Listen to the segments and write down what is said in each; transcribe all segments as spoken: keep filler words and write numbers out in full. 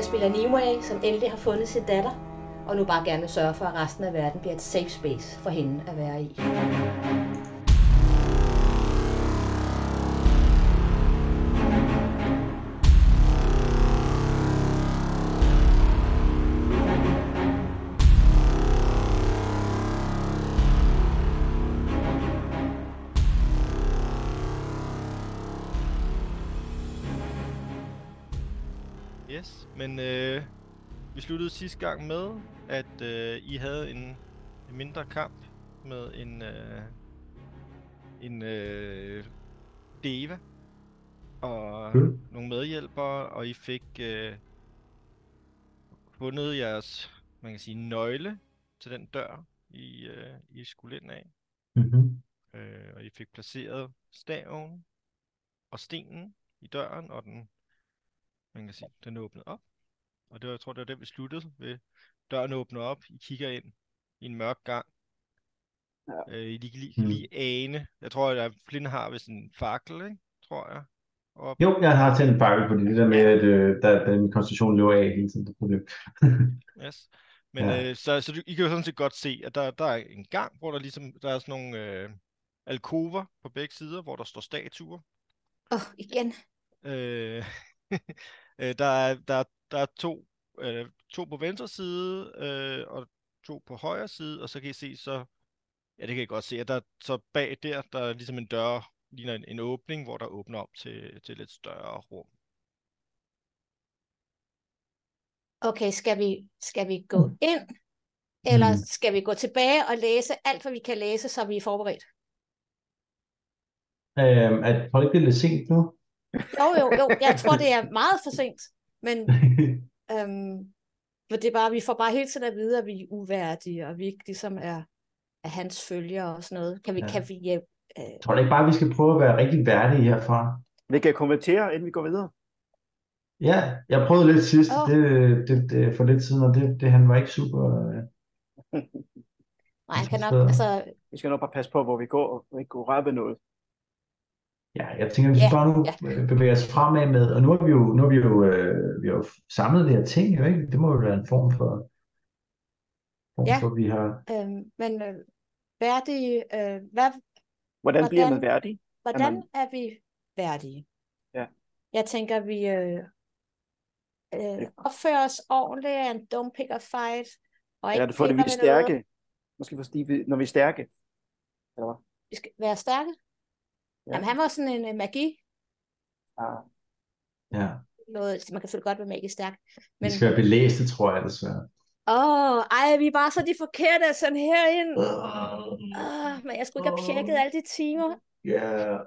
spiller Nimue, som endelig har fundet sin datter, og nu bare gerne vil sørge for, at resten af verden bliver et safe space for hende at være i. Yes, men øh, vi sluttede sidste gang med, at øh, I havde en, en mindre kamp med en øh, en øh, Deva og Mm. nogle medhjælpere, og I fik øh, fundet jeres, man kan sige, nøgle til den dør, I, øh, I skulle ind af. Mm-hmm. Øh, og I fik placeret staven og stenen i døren, og den, man kan sige, den åbnede op. Og det var, jeg tror, det var det, vi sluttede ved. Døren åbner op, I kigger ind i en mørk gang. Ja. Øh, I kan lige, Mm. lige ane. Jeg tror, at Flynn har vist en fakkel, ikke? Tror jeg. Op. Jo, jeg har tændt en fakkel på det, det der med, at øh, der, der min konstitution løber af hele tiden. Det problem. Yes. Men Ja. øh, så, så du, I kan jo sådan set godt se, at der, der er en gang, hvor der ligesom der er sådan nogle øh, alkover på begge sider, hvor der står statuer. Åh, oh, igen. Øh, øh, der, er, der, der er to, øh, to på venstre side, øh, og to på højre side, og så kan I se så, ja, det kan I godt se, at der så bag der, der er ligesom en dør, ligner en, en åbning, hvor der åbner op til, til et lidt større rum. Okay, skal vi, skal vi gå ind, eller Mm. skal vi gå tilbage og læse alt, hvad vi kan læse, så vi er forberedt? Øhm, at folk ikke lidt sent nu? Jo, jo, jo. Jeg tror, det er meget for sent. Men øhm, for det er bare, vi får bare hele tiden at vide, at vi er uværdige, og vi ikke ligesom er, er hans følgere og sådan noget. Kan vi, Ja. kan vi øh, Jeg tror da ikke bare, vi skal prøve at være rigtig værdige herfra. Vi kan kommentere, inden vi går videre. Ja, jeg prøvede lidt sidst, Åh. det, det, det, for lidt siden, og det, det, han var ikke super... Øh, nej, han kan nok, Steder. altså, Vi skal nok bare passe på, hvor vi går, og ikke gå rette noget. ja, jeg tænker, vi Ja, skal bare nu ja. øh, bevæge os fremad med, og nu har vi jo, nu har vi jo, øh, vi har jo samlet det her ting, jo, ikke? Det må jo være en form for, form Ja. for vi har... øhm, men øh, værdige, øh, hvad, Hvordan bliver man Hvordan- værdig? hvordan man- er vi værdige? Ja. Jeg tænker, vi øh, øh, opfører os ordentligt, and don't pick a fight, og ikke Eller det får det, vi piller er med noget. stærke. Måske fordi vi, når vi er stærke. Eller hvad? Vi skal være stærke. Ja. Jamen, han var sådan en uh, magi. Ah. Ja, Noget, man kan selvfølgelig godt være magisk stærk. vi Men, skal være belæste, tror jeg, desværre. åh, ej, vi er bare så de forkerte sådan herind. Åh, men jeg skulle ikke have tjekket alle de timer. Ja.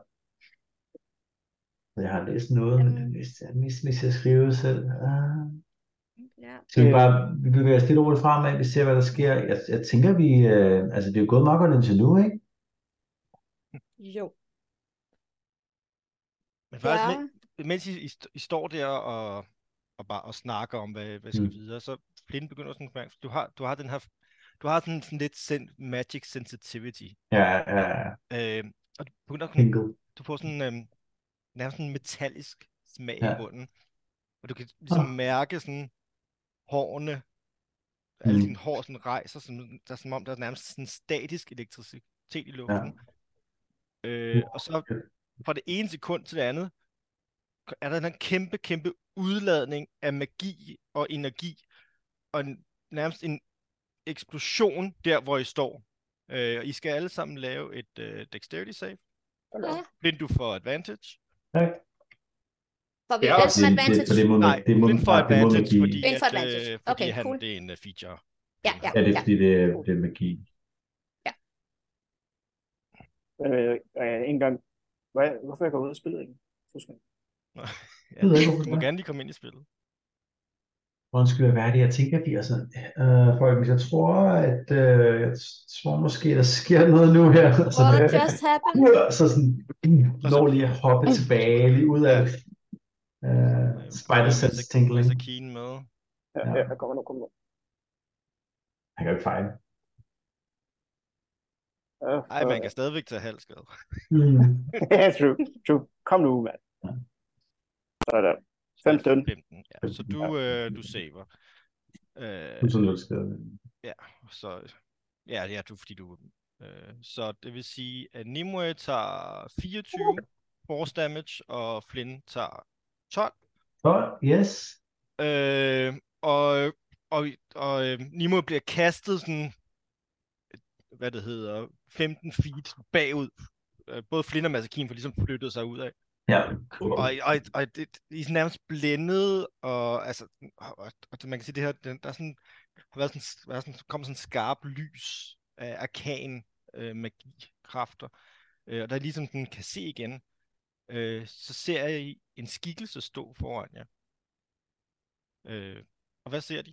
Jeg har læst noget, men det vidste jeg mest, hvis jeg skriver selv. Ah. Ja. Skal vi bare vi bevæger os stille og roligt fremad, vi ser, hvad der sker. Jeg, jeg tænker, vi... Øh, altså, det er jo gået meget godt indtil nu, ikke? Jo. Men faktisk, Ja. men, mens I, I, st- I står der og, og bare og snakker om, hvad, hvad skal Mm. videre, så Flynn begynder sådan at mærke, du har, du har den her, du har sådan, sådan lidt sen, magic sensitivity. Ja, ja, ja. Øh, og du begynder at Tingle. du får sådan øhm, nærmest sådan en metallisk smag Ja. i munden. Og du kan ligesom Ah. mærke sådan hårene, alle Mm. dine hår sådan rejser, som, der er som om der er nærmest sådan statisk elektricitet i luften. Øh, og så fra det ene sekund til det andet, er der en kæmpe, kæmpe udladning af magi og energi, og en, nærmest en eksplosion der, hvor I står. Øh, og I skal alle sammen lave et øh, dexterity save. Ja. Flynn, du får advantage. Tak. For vi Ja, er og som Det, advantage. det, det, er mod, Nej, det er mod, Flynn får nej, det er mod advantage, magi. fordi, Flynn får at, advantage. øh, fordi Okay, han, cool. det er en uh, feature. Ja, ja, Ja, det er ja. fordi, det er, det er magi. Øh, øh, en gang. Hvad, hvorfor jeg går ud og spiller ikke? Husk mig. Ja, Jeg ved ikke, hvorfor du det må er. gerne lige komme ind i spillet. Undskyld, hvad er det? Jeg tænker, at vi er sådan... Øh, folkens, jeg tror, at... Øh, jeg tror måske, der sker noget nu her. Så, What det, just happened? så sådan... Når lige at hoppe tilbage, lige ud af... Øh, spider sense tingling. Masser Keen med. Ja, Ja. ja, jeg kommer nu, kommer nu. Han kan jo ikke fejle. Ja, Ej, man kan stadigvæk tage halvskade. Mm. Ja, true, true. Kom nu, mand. Ja. Sådan. femten. femten. Ja, så du, øh, du saver. Øh, Du er sådan noget skadet. ja, så... Ja, det er du, fordi du... Øh, så det vil sige, at Nimue tager fireogtyve force damage, og Flynn tager tolv. Så, yes. Øh, og og, og øh, Nimue bliver kastet sådan, hvad det hedder, femten feet bagud. Øh, både Flynn og Masakin får ligesom flyttet sig ud af. Ja. Og, og, og det, de er sådan nærmest blændet, og altså, og, og man kan sige, det her, den, der er sådan, har været sådan, været sådan, kom sådan skarp lys af arkan øh, magikræfter, øh, og der er ligesom den kan se igen, øh, så ser jeg en skikkelse stå foran jer. Øh, og hvad ser de?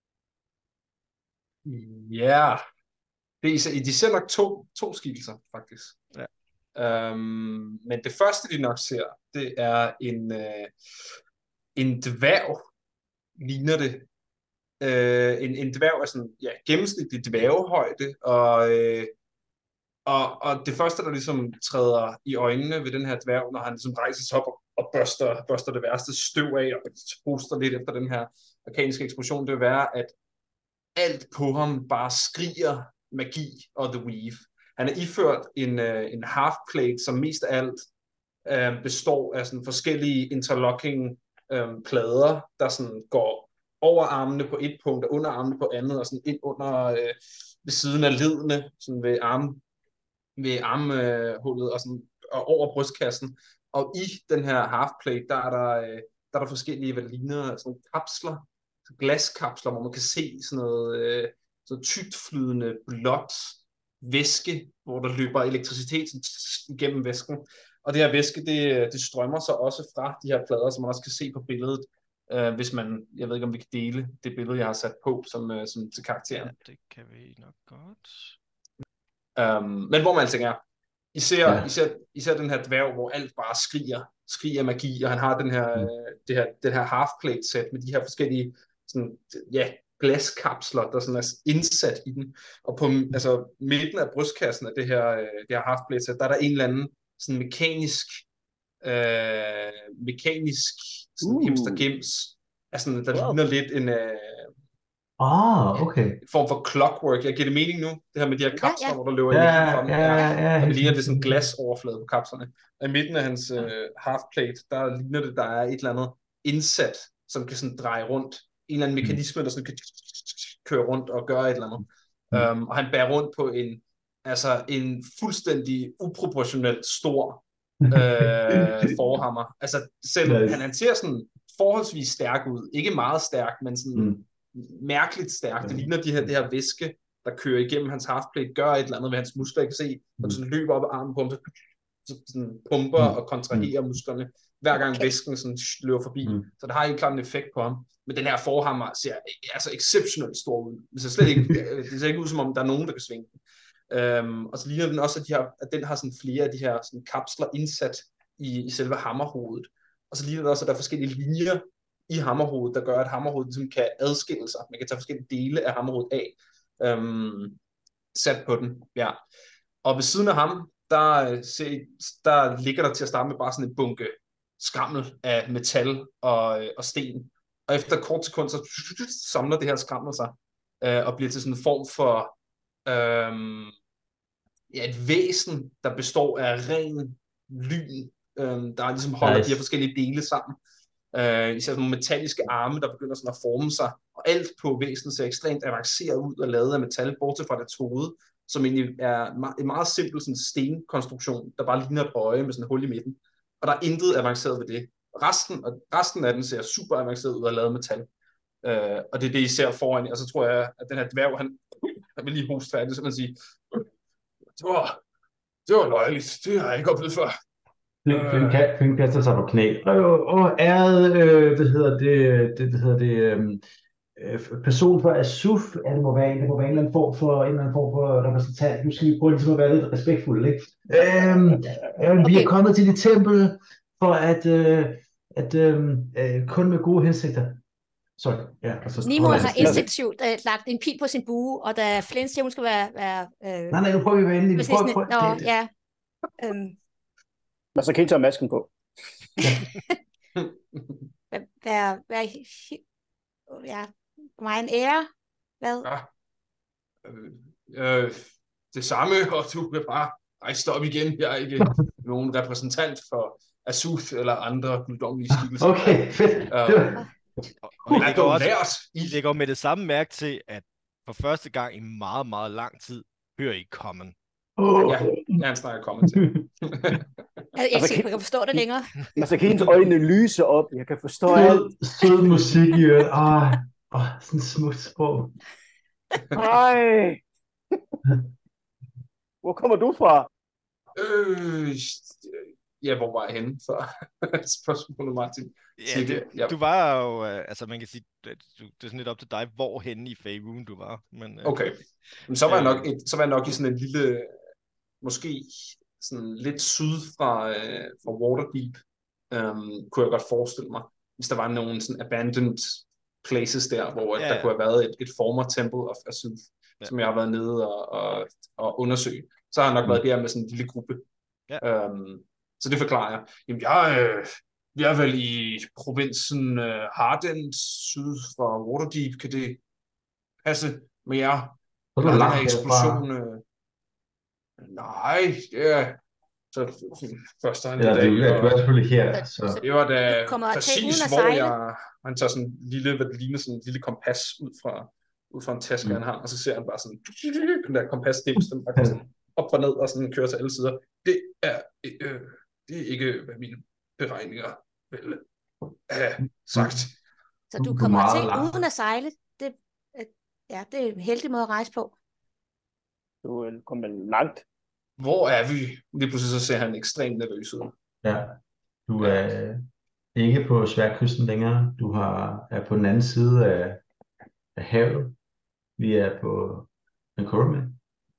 Ja, det er, de ser nok to, to skikkelser, faktisk. Ja. Øhm, men det første, de nok ser, det er en, øh, en dværg, ligner det. Øh, en, en dværg er sådan, ja, gennemsnitlig dværgehøjde, og, øh, og, og det første, der ligesom træder i øjnene ved den her dværg, når han ligesom rejser sig op og, og børster, børster det værste støv af, og hoster lidt efter den her arkaniske eksplosion, det vil være, at alt på ham bare skriger magi og The Weave. Han er iført en, øh, en half-plate, som mest af alt øh, består af sådan forskellige interlocking øh, plader, der sådan går over armene på et punkt, og under armene på andet, og sådan ind under øh, ved siden af ledene, sådan ved arm, ved armhullet, og, sådan, og over brystkassen. Og i den her half-plate, der er der, øh, der er der forskellige, hvad det ligner, sådan kapsler, glaskapsler, hvor man kan se sådan noget, øh, sådan tykt flydende blåt væske, hvor der løber elektricitet igennem væsken. Og det her væske, det, det strømmer så også fra de her plader, som man også kan se på billedet, øh, hvis man, jeg ved ikke om vi kan dele det billede, jeg har sat på, som, øh, som til karakteren. Ja, det kan vi nok godt. Um, men hvor man altså er, især, Ja. især, især den her dværg, hvor alt bare skriger, skriger magi, og han har den her, Mm. øh, det her, den her half-plate sæt med de her forskellige sådan, ja, glaskapsler, der sådan er indsat i den. Og på altså, midten af brystkassen af det her, øh, det her half-plate sæt, der er der en eller anden sådan mekanisk, øh, mekanisk sådan Uh. himstergems, altså, der Wow. ligner lidt en øh, Ah, okay. en form for clockwork. Jeg giver det mening nu, det her med de her kapsler, ja. hvor der løber Ja, energi fra dem. ja, ja, ja. Og det ligner, det er sådan en glasoverflade på kapslerne. Og i midten af hans øh, half-plate, der ligner det, der er et eller andet indsat, som kan sådan dreje rundt. En eller anden mekanisme, der sådan kan køre rundt og gøre et eller andet. Mm. Um, og han bærer rundt på en, altså en fuldstændig uproportionelt stor øh, forhammer. Altså selv, Nice. han, han ser sådan forholdsvis stærk ud. Ikke meget stærk, men sådan Mm. mærkeligt stærk. Det ligner de her, det her væske, der kører igennem hans halfplate, gør et eller andet ved hans muskler. Jeg kan se, når det sådan løber op ad armen på ham, så, så sådan pumper Mm. og kontraherer musklerne, hver gang Okay. væsken sådan løber forbi. Mm. Så det har helt klart en effekt på ham. Men den her forhammer ser altså exceptionelt stor ud. Det ser slet ikke, det ser ikke ud, som om der er nogen, der kan svinge den. Um, og så ligner den også, at, de har, at den har sådan flere af de her sådan kapsler indsat i, i selve hammerhovedet. Og så ligner det også, at der er forskellige linjer i hammerhovedet, der gør, at hammerhovedet ligesom kan adskille sig. Man kan tage forskellige dele af hammerhovedet af, um, sat på den. Ja. Og ved siden af ham, der, se, der ligger der til at starte med bare sådan en bunke skrammel af metal og, og sten. Og efter kort sekund, så samler det her skrammel sig, øh, og bliver til sådan en form for øhm, ja, et væsen, der består af ren lyn, øhm, der ligesom holder Nice. de her forskellige dele sammen. Øh, især sådan nogle metalliske arme, der begynder sådan at forme sig, og alt på væsenet ser ekstremt avanceret ud og lavet af metal, bortset fra dets hoved, som egentlig er en meget simpel sådan stenkonstruktion, der bare ligner et øje med sådan et hul i midten. Og der er intet avanceret ved det. Resten, og resten af den ser super avanceret ud og lavet metal. Øh, og det er det, I ser foran. Og så tror jeg, at den her dværg, han, han vil lige hoste færdigt, så man sige, det var, det var løjeligt. Det har jeg ikke oplevet før. Flynn ka- Flynn kaster sig på knæ. Og, og æret, øh, hvad hedder det, det, hvad hedder det, øhm, øh, person for Asuf, ja, det må være en, det må være en eller anden form for, en eller anden form for repræsentant. Nu skal vi prøve ligesom at være lidt respektfulde, ikke? Øhm, øh, vi er Okay. kommet til det tempel for at, øh, at øh, øh, kun med gode hensigter. Sorry, ja. Og så Nimue holder jeg har det stille. instinktivt uh, lagt en pil på sin bue, og da Flynn siger, hun skal være... være øh, Nej, nej, nu prøver vi at være endelige. præcis Prøv, sådan- prøv, Nå, det, ja. Øhm, Men så kan I tage masken på. hvad, være, være ja, mig en ære. Hvad? Ja. Øh, øh, det samme, og du kan bare rejse op igen. Jeg er ikke nogen repræsentant for Azuth eller andre guddommelige skikkelser. Okay, fedt. Uh, Og, og I er lægger du også, lært? I lægger med det samme mærke til, at for første gang i meget, meget lang tid, hører I Common. Oh. Ja, han snakker kommet til. Jeg, jeg, Altså, jeg kan forstå det længere. Altså, kan hendes øjne lyse op. Jeg kan forstå alt. Sød, sød musik i øret. Ah, oh, sådan smukt sprog. Ej. Hvor kommer du fra? Øh, ja, hvor var jeg henne for spørgsmålet, Martin? Ja, det, Ja. du var jo, øh, altså man kan sige, det, du, det er sådan lidt op til dig, hvor henne i Faerun du var. Men, øh, Okay, men så var, jeg øh, nok et, så var jeg nok i sådan en lille, måske sådan lidt syd fra, øh, fra Waterdeep, um, kunne jeg godt forestille mig, hvis der var nogle sådan abandoned places der, hvor Ja, der ja. kunne have været et, et former temple of Azuth, Ja. som jeg har været nede og, og, og undersøge. Så har jeg nok Mm. været der med sådan en lille gruppe. Ja. Um, så det forklarer jeg. Jamen, jeg, øh, jeg er vel i provinsen øh, Hardent, syd for Waterdeep. Kan det passe med jer? Så er Der du er den langt her eksplosion. Øh... Nej, det er... Så først han Ja, du, ja, du er selvfølgelig her, Så- så... det var da Du kommer til præcis, uden at hvor sejle. jeg... Han tager sådan en lille, hvad det ligner, sådan en lille kompas ud fra, ud fra en taske, Mm. han har, og så ser han bare sådan, den der kompasdims, den bare går sådan op og ned, og sådan kører til alle sider. Det er, øh, det er ikke, hvad mine beregninger vil have sagt. Så Du du er kommer meget til langt. uden at sejle. Det, øh, ja, det er en heldig måde at rejse på. Du er kommet langt. Hvor er vi? Lige pludselig så ser han ekstremt nervøs ud. Ja. Du er ikke på Sværkysten længere. Du har, er på den anden side af, af havet. Vi er på Anchorman.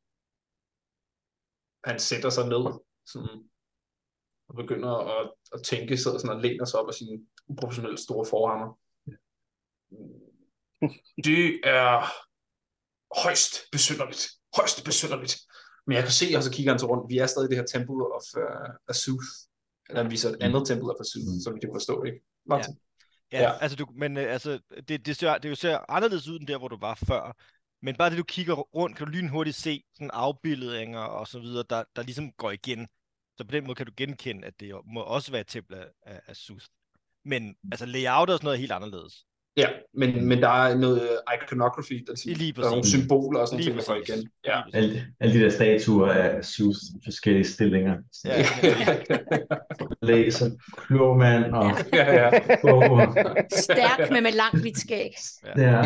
Han sætter sig ned sådan, og begynder at, at tænke, sidder sådan og læner sig op af sin uprofessionelle store forhammer. Det er højst besynderligt. Højst besynderligt. Men jeg kan se, og så kigger han så rundt, vi er stadig i det her Temple of uh, Azuth. Eller han viser et andet Temple of Azuth, Mm. så vi kan forstå, ikke? Martin? Ja, Ja. altså du, men øh, altså, det, det, ser, det jo ser anderledes ud end der, hvor du var før. Men bare det, du kigger rundt, kan du lynhurtigt se sådan afbildninger og så videre, der, der ligesom går igen. Så på den måde kan du genkende, at det jo må også være et tempel af, af, af Sus. Men altså layout og sådan noget er helt anderledes. Ja, men, men der er noget iconography, der, Lige der er nogle præcis. symboler og sådan Lige nogle ting, der går præcis. igen. Ja. Lige præcis. Alle, alle de der statuer af Sus, forskellige stillinger. Ja, Læser, klog mand og... ja, ja. Oh, Stærk, men med langt hvidt skæg. ja.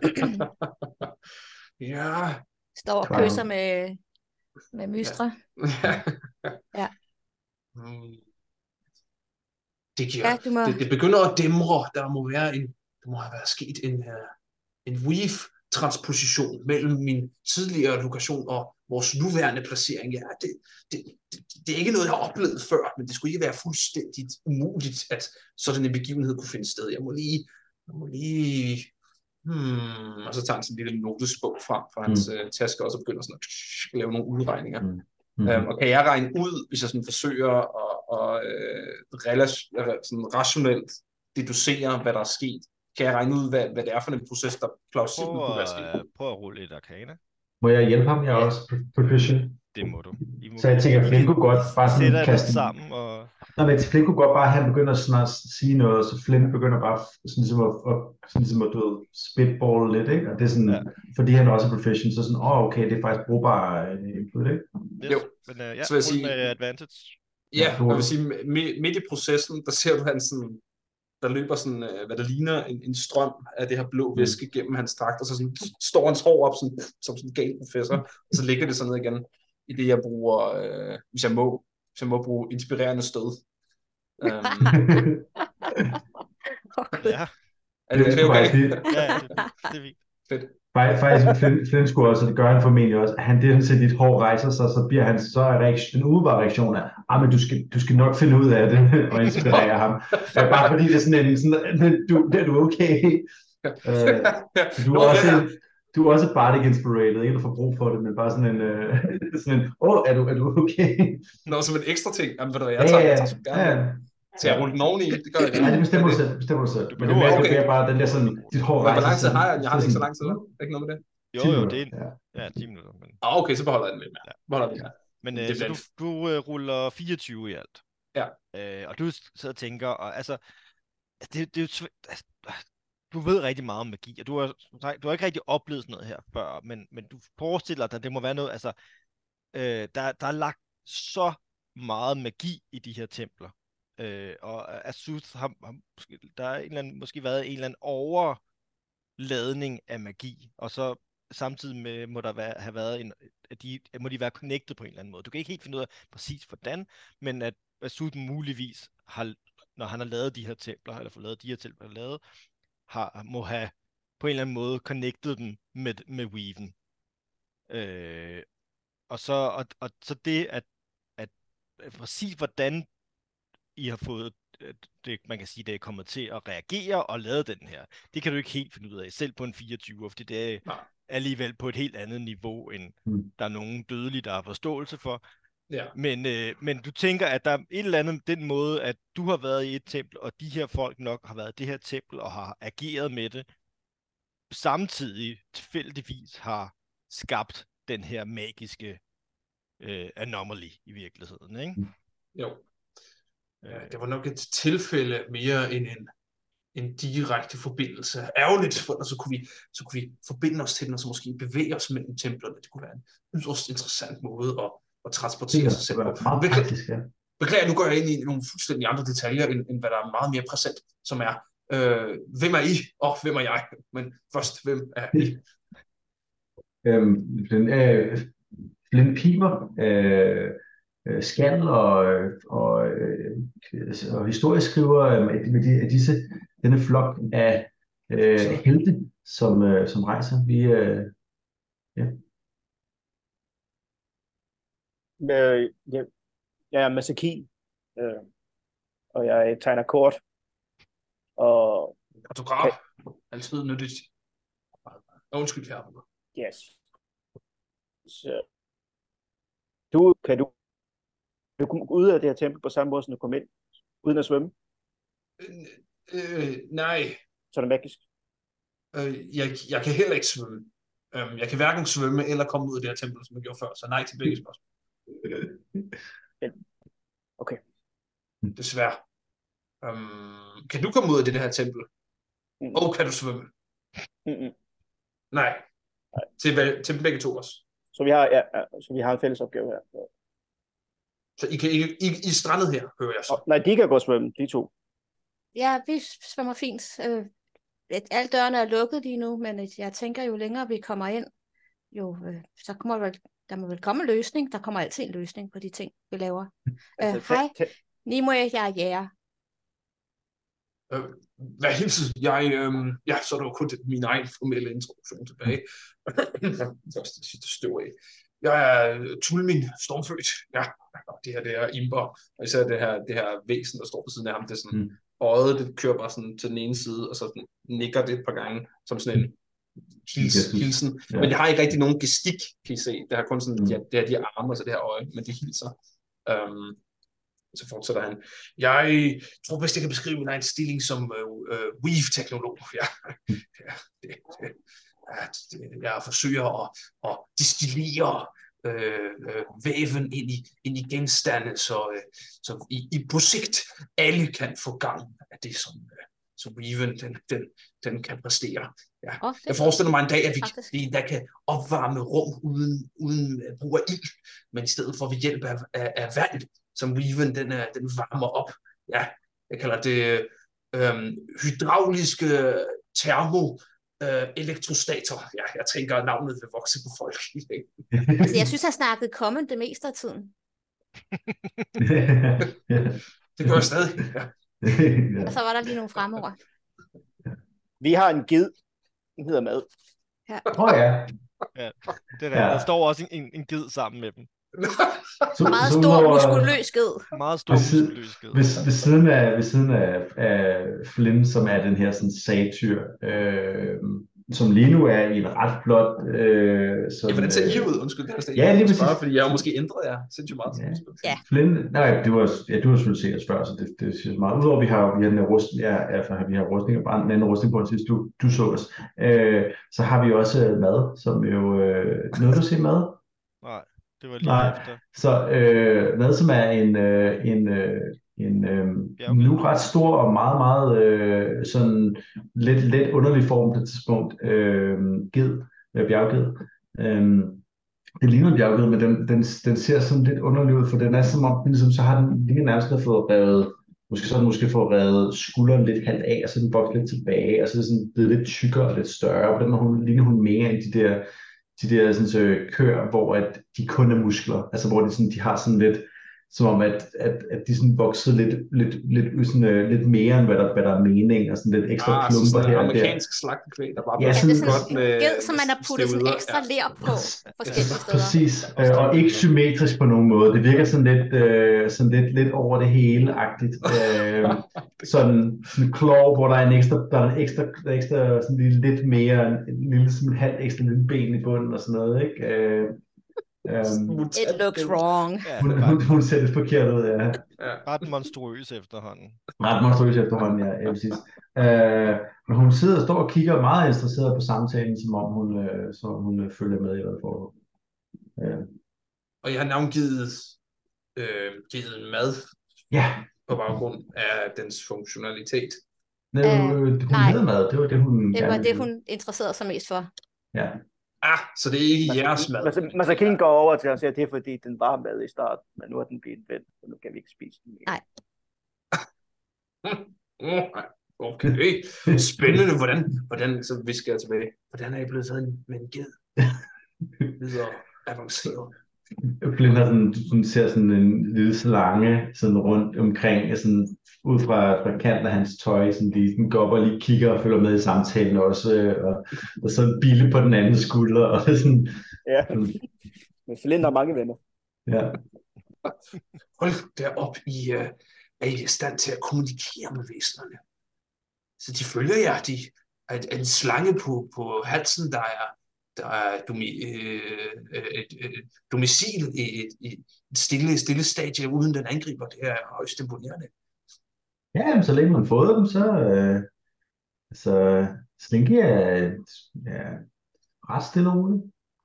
Ja. Står og kysser med, med mystre. Ja. Ja. Mm. Det, giver, Ja, du må... det, det begynder at dæmre. Der må være en, der må have været sket en, uh, en weave-transposition mellem min tidligere lokation og vores nuværende placering. Ja, det, det, det, det er ikke noget, jeg har oplevet før, men det skulle ikke være fuldstændigt umuligt, at sådan en begivenhed kunne finde sted. Jeg må lige, jeg må lige Hmm, og så tager han sådan en lille notesbog frem fra hans mm. øh, taske, og så begynder sådan at lave nogle udregninger. Mm. Mm. Øhm, og kan jeg regne ud, hvis jeg sådan forsøger at, at øh, relation, sådan rationelt deducere, hvad der er sket, kan jeg regne ud, hvad, hvad det er for en proces, der plausibelt Prøv, kunne være sket? at, prøv at rulle et arcana. Må jeg hjælpe ham? Jeg er også proficient. Det må du. I må, Så jeg tænker, at Flynn kunne godt bare sådan sætter det kaste... sammen og... Nå, men Flynn kunne godt bare, han begynder sådan at sige noget, så Flynn begynder bare sådan ligesom at, at, sådan ligesom at du ved, spitball lidt, ikke? Og det er sådan, Ja. fordi han også er proficient, så sådan, åh, oh, okay, det er faktisk brugbar uh, input, ikke? Yes. Jo. Men uh, ja, Så vil jeg rul sige- med advantage. Ja, Ja, jeg vil sige, midt, midt i processen, der ser du han sådan, der løber sådan, øh, hvad der ligner en, en strøm af det her blå Mm. væske gennem hans dragt, og så sådan, står hans hår op sådan, som sådan en gal professor, og så ligger det sådan ned igen, i det jeg bruger, øh, hvis jeg må, hvis jeg må bruge inspirerende stød. Um, Ja, er det, er det okay? ja, ja det, det er fint. Fedt. Fak- Faktisk, Flynn, Flynn skulle også, og det gør han formentlig også, han det, han ser dit hår rejser sig, så bliver han, så er reaktion, den umiddelbare reaktion af, ah, men du skal, du skal nok finde ud af det, og inspirere ham. Ja, bare fordi det er sådan en, sådan, men du, det er du okay. Øh, du Nå, er også, det er- en, du er også bardic inspirated, ikke at du får brug for det, men bare sådan en, øh, sådan en, åh, oh, er du, er du okay? Nå, som en ekstra ting. Jamen, ved du hvad, Ja, jeg tager, ja, jeg tager så ja, gerne. Skal jeg rulle den oveni? Det gør jeg Nej, det gerne. bestemmer Hvad du er det? selv. Bestemmer du selv. Du Men det behøver er mere, ikke- det er bare den der sådan, dit hår Hvor rejser lang tid sådan- har jeg? Jeg har den ikke så lang tid. sådan- eller? Ikke noget med det? Jo, ti jo, minutter, det er en, ja. ja, ti minutter. Men, Ah, okay, så beholder jeg den lidt mere. Ja. Beholder den mere. men Det øh, er så du, blandt- du øh, ruller fireogtyve i alt. Ja. Øh, og du sidder og tænker, og altså, altså, det, det er jo svæ- altså, du ved rigtig meget om magi, og du har, du har ikke rigtig oplevet sådan noget her før, men, men du forestiller dig, at det må være noget, altså, øh, der, der er lagt så meget magi i de her templer. Øh, og Azuth har, har måske, der er en eller anden, måske været en eller anden overladning af magi, og så samtidig med må der være, have været en, at de, må de være connected på en eller anden måde. Du kan ikke helt finde ud af præcis hvordan, men at Azuth muligvis har, når han har lavet de her templer, eller fået lavet de her templer lavet, har, må have på en eller anden måde connected dem med, med Weaven. Øh, og, så, og, og så det, at, at, at præcis hvordan I har fået det, man kan sige, det er kommet til at reagere og lave den her, det kan du ikke helt finde ud af, selv på en fireogtyve, fordi det er Nej. alligevel på et helt andet niveau, end Mm. der er nogen dødelige, der har forståelse for. Ja. Men, øh, men du tænker, at der er et eller andet den måde, at du har været i et tempel, og de her folk nok har været i det her tempel, og har ageret med det, samtidig tilfældigvis har skabt den her magiske øh, anomaly i virkeligheden, ikke? Jo. Ja, det var nok et tilfælde mere end en, en direkte forbindelse. Ærgerligt, for så kunne, vi, så kunne vi forbinde os til den, og så måske bevæge os mellem templerne. Det kunne være en yderst interessant måde at, at transportere sig selv på. Meget Beklager, praktisk, ja. beklager, nu går jeg ind i nogle fuldstændig andre detaljer, end, end hvad der er meget mere præsent, som er, øh, hvem er I, og hvem er jeg? Men først, hvem er I? Øhm, den, øh, Flynn Pimer, øh, øh, Skald og, og, øh, og historieskriver øh, med, med de, af disse, denne flok af øh, helte, som, øh, som rejser. Vi, øh, Øh, jeg, jeg er Masakin, øh, og jeg tegner kort. Og Autograf. Altid nyttigt. Undskyld, her. yes. Så, du, kan du, du komme ud af det her tempel på samme måde, som du kom ind, uden at svømme? Øh, øh, nej, Så er det magisk. øh, jeg, jeg kan heller ikke svømme. Um, jeg kan hverken svømme eller komme ud af det her tempel, som jeg gjorde før, så nej til begge spørgsmål. Okay. Desværre. Um, kan du komme ud af det her tempel? Mm. Og kan du svømme? Mm-mm. Nej. Til, vel- til begge to også. Så vi har, ja, ja, så vi har en fælles opgave her. Så I, kan, I, I, I er strandet her, hører jeg så. Og, nej, de kan gå svømme, de to. Ja, vi svømmer fint. Øh, et- alle dørene er lukket lige nu, men øh, jeg tænker, jo længere vi kommer ind, jo, øh, så kommer vel, der må vel komme en løsning. Der kommer altid en løsning på de ting, vi laver. Øh, Altså, hej, tæ- tæ- Nimue, jeg er jæger. Øh, hvad hilse? Jeg, øh, ja, så er der jo kun min egen formelle introduktion tilbage. Først det sidste støv af. Jeg er Tulmin, stormfødt. Ja, og det her, det er Imber. Og især det her, det her væsen, der står på siden af ham, det er sådan, Mm. øjet, det kører bare sådan til den ene side, og så sådan, nikker det et par gange, som sådan en hils, Gestus. hilsen. Ja. Men det har ikke rigtig nogen gestik, kan I se. Det har kun sådan, Mm. ja, det er de her arme og så det her øje, men de hilser. Um, så fortsætter han. Jeg tror bedst, jeg kan beskrive min egen stilling som øh, øh, weave-teknolog. Ja. Ja, det, det, ja, det, jeg forsøger at, at distillere øh, øh, væven ind i, ind i genstande, så, øh, så i, i på sigt alle kan få gavn af det, som, øh, som weaven den, den, den kan præstere. Ja. Oh, det Jeg forestiller mig en dag, at vi, Faktisk. vi endda kan opvarme rum uden, uden brug af ild, men i stedet for ved hjælp af, af, af vand, som weaven den, er, den varmer op. Ja, jeg kalder det øhm, hydrauliske termo øh, elektrostater. Ja, jeg tænker, at navnet vil vokse på folk. Altså, jeg synes, han snakkede common det meste af tiden. Det gør jeg stadig. Ja. Og så var der lige nogle fremover. Vi har en ged, den hedder mad. Åh oh, ja. Det er ja. Der står også en, en, en ged sammen med dem. Så, Meget så stor, udover- muskuløs ged. Meget stor Ved siden- muskuløs ged. Ved, ved siden af, ved siden af, af Flynn, som er den her sådan satyr, øh, som lige nu er i en ret flot... Øh, Ja, sådan, hvordan ser I øh, ud? Undskyld, det er Ja, lige præcis. spørge, fordi jeg har måske ændret jer sindssygt meget. Ja. Ja. Flint, nej, det var, ja, du har selvfølgelig set os før, så det, det synes jeg meget. Udover, vi har, vi har den her rustning, ja, altså, vi har rustning og bare en anden rustning på, sidst du, du så os. Øh, så har vi også øh, mad, som jo... Øh, noget du siger mad? Nej, det var lige Nej, efter. så øh, mad, som er en, øh, en, øh, en øh, Bjergged. nu ret stor og meget, meget øh, sådan lidt, lidt underlig form på et tidspunkt, øh, ged, øh, bjergged. Øh, Det ligner en bjergged, men den, den, den ser sådan lidt underlig ud, for den er som om, den, ligesom, så har den lige nærmest har fået revet, måske så har den måske fået revet skulderen lidt halvt af, og så er den vokset lidt tilbage, og så er det sådan blevet lidt tykkere og lidt større. På den måde hun, ligner hun mere end de der, de der sådan, så, køer, hvor at de kun er muskler, altså hvor de, sådan, de har sådan lidt, som om at, at, at de sådan voksede lidt, lidt, lidt, sådan, uh, lidt mere, end hvad der, hvad der er mening, og sådan lidt ekstra Ah, så klumper sådan her en og der. amerikansk slagtekvæg, der bare Ja, bliver Ja, sådan- det er godt sådan en med ged, som man har puttet sådan støvler. ekstra Ja. ler på forskellige steder. Præcis, øh, og ikke symmetrisk på nogen måde. Det virker sådan lidt, øh, sådan lidt, lidt over det hele-agtigt. Øh, sådan en klov, hvor der er en ekstra, der er en ekstra, der er ekstra sådan lidt, lidt mere, en lille, sådan et halvt ekstra lille ben i bunden og sådan noget, ikke? Øh, øhm, It looks wrong. Ja, hun, bare, hun, hun ser lidt forkert ud, ja. Ja. bare den monstruøse efterhånden. Ret monstruøs efterhånden, ja, ja præcis. Øh, men hun sidder og står og kigger meget interesseret på samtalen, som om hun, øh, som om hun øh, følger med i, hvad der foregår. Øh, Og jeg har navngivet øh, givet mad ja, på baggrund af dens funktionalitet. nej, Øh, hun nej. havde mad, det var det, hun Det gerne var ville det, vide. hun interesserede sig mest for. Ja. Ah, så det er ikke jeres mad. Masakin går over til at sige, at det er fordi, den var mad i starten, men nu er den blevet vendt, så nu kan vi ikke spise den mere. Nej. Okay, spændende. Hvordan, hvordan så vi skal tilbage. Hvordan er I blevet taget med en ged? Videre avanceret. Flint har sådan, hun ser sådan en lille slange sådan rundt omkring, sådan ud fra, fra kanten af hans tøj, sådan lige den går op og lige kigger og følger med i samtalen også, øh, og, og så en bille på den anden skulder, og sådan, Ja, men Flint har mange venner. ja. Hold derop, I uh, er I i stand til at kommunikere med væsenerne. Så de følger jer, de er en slange på, på halsen, der er, der er domi, øh, et, et domicil i et, et, et stille, stille stadie, uden den angriber. Det er højst imponerende. Ja, men så længe man fået dem, så, øh, så Slinky er ja, ret stille og roligt.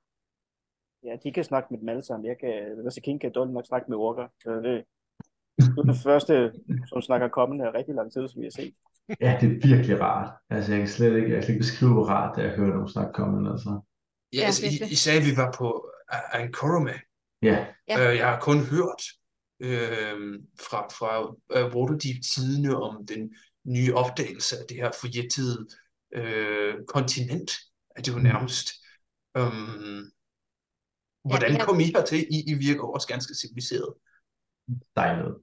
Ja, de kan snakke med dem alle sammen. Jeg kan, Masakin kan dårligt nok snakke med orker. Så det, du er den første, som snakker kommende af rigtig lang tid, som vi har set. Ja, det er virkelig rart. Altså, jeg kan slet ikke, jeg kan slet ikke beskrive, hvor rart det er at høre nogen snakke komme. Altså. Ja, Ja, altså, I, virkelig. I sagde, at vi var på Ankorome. Ja, Ja. Øh, jeg har kun hørt øh, fra, fra uh, Waterdeep-tidene om den nye opdagelse af det her forjættede øh, kontinent, at det var Mm. nærmest. Um, hvordan vi har- kom I hertil? I, I virker også ganske civiliseret. dejligt.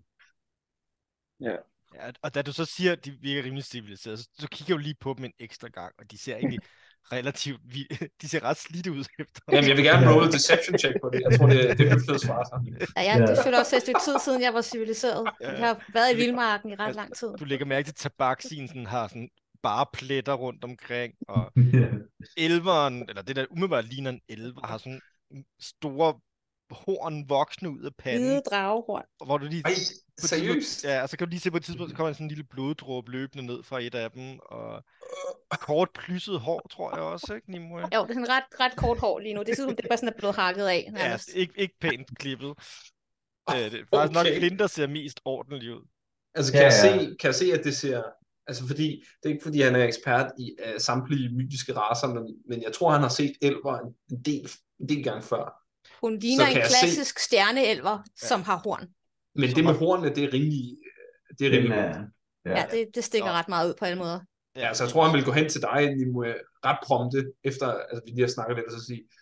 Ja, og da du så siger, at de virker rimelig civiliserede, så, så kigger jeg jo lige på dem en ekstra gang, og de ser egentlig relativt vildt. De ser ret slidte ud efter. Jamen, jeg vil gerne roll et deception check på det. Jeg tror, det, det er høfligt svar. Så. Ja, ja, det føler også et stykke tid siden, jeg var civiliseret. Jeg har været i vildmarken i ret lang tid. Du lægger mærke til, at tabaksien sådan har sådan bare pletter rundt omkring, og Ja. elveren, eller det der umiddelbart ligner en elver, har sådan store horn voksne ud af panden, Hvide dragehorn. hvor du lige... Ej, på et seriøst? tidspunkt- Ja, og så kan du lige se på et tidspunkt, så kommer sådan en lille bloddråbe løbende ned fra et af dem, og kort plysset hår, tror jeg også, ikke, Nimue? Jo, det er sådan ret, ret kort hår lige nu. Det ser ud som, det bare sådan er blevet hakket af. Ja, nærmest. ikke, ikke pænt klippet. Øh, det er faktisk nok Okay. Flint, der ser mest ordentligt ud. Altså, kan, Ja, jeg ja. se, kan jeg se, at det ser... Altså, fordi, det er ikke, fordi han er ekspert i uh, samtlige mytiske racer, men, men jeg tror, han har set elver en, en, del, en del gange før. Hun ligner kan en jeg klassisk se... stjerneelver, som har horn. Men Som det med har- hornene, det er rimelig... øh, Det er Den rimelig er, Ja, ja. det, det stikker Nå. ret meget ud på alle måder. Ja, altså, jeg tror, han vil gå hen til dig, Nimue, ret prompte, efter altså, vi lige har snakket lidt, og så sige,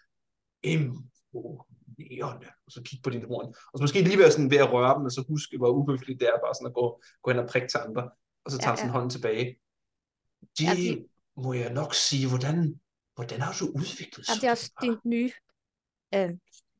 imponerende, og så kigge på din horn. Og så måske lige være sådan ved at røre dem, og så huske, hvor uhøfligt det er, bare sådan at gå, gå hen og prikke til andre, og så tager Ja, han sådan ja. hånden tilbage. Det Ja, de- må jeg nok sige, hvordan, hvordan har du udviklet Ja, det er også din nye... Øh...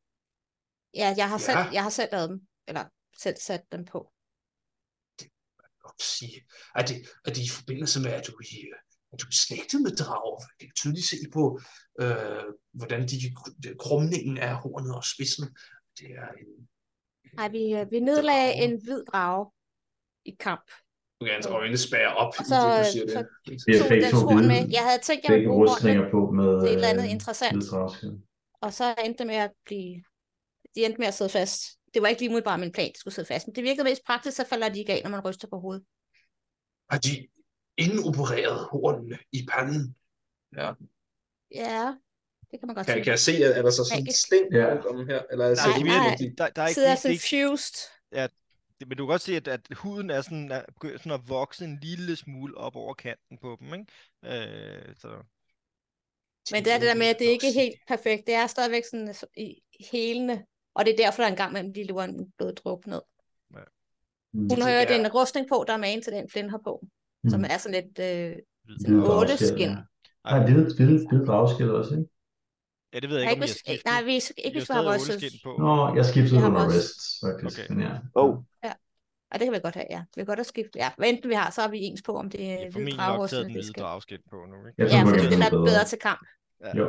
Ja, jeg har, selv, Ja. jeg har selv lavet dem. Eller selv sat dem på. Nok sige. Er det, er det i forbindelse med, at du i, du er slægtet med drager. Det kan tydeligt se på, øh, hvordan de, krumningen af hornet og spidsen. Det er en... Nej, vi, øh, vi nedlagde en hvid drage i kamp. Okay, hans øjne spærrer op Og i så, det, du siger så det. Vi har tog begge den to horn hvide, med. Jeg havde tænkt, jeg ville begge bruge rustninger hornet på med til et eller andet øh, interessant. hvide dragskæld. Og så endte det med at blive... De endte med at sidde fast. Det var ikke lige umiddelbart min plan, at de skulle sidde fast. Men det virkede mest praktisk, så falder de ikke af, når man ryster på hovedet. Har de indopereret hornene i panden? Ja. Ja, det kan man godt Kan, sige. kan jeg se, at er der så sådan en Magisk. sting Ja. rundt om her? Eller er det Nej, så nej. virkelig? Der, der er ikke, Sidder det, så det, er ikke fused. det, men du kan godt se, at, at huden er sådan, er, begynder sådan at vokse en lille smule op over kanten på dem, ikke? Øh, så... Men det er det der med, at det ikke er helt perfekt. Det er stadigvæk sådan i helende. Og det er derfor, der er en gang mellem, de løber en bloddråb ned. Ja. Hun Det har hørt er- en rustning på, der er magen til den Flynn har på. Mm. Som er sådan lidt øh, Hvide åle dragskæld, skin. ja. Nej, hvide, hvide, hvide dragskæld også, ikke? Ja, det ved jeg Jeg ikke, om ikke, I har hvis, skiftet. nej, vi, I ikke har hvis vi har stadig rystet. åleskin på. Nå, jeg skiftede Jeg har under også- rests, faktisk. Okay. Men ja. Oh, Og det kan vi godt have, ja. Vi kan godt have skiftet. Ja, hvad enten vi har, så er vi ens på, om det I er har hvid formentlig nok dragrust taget eller den det hvide skal. dragskin på nu, ikke? Jeg Ja, synes, fordi man den kan er bedre. bedre til kamp. Jo.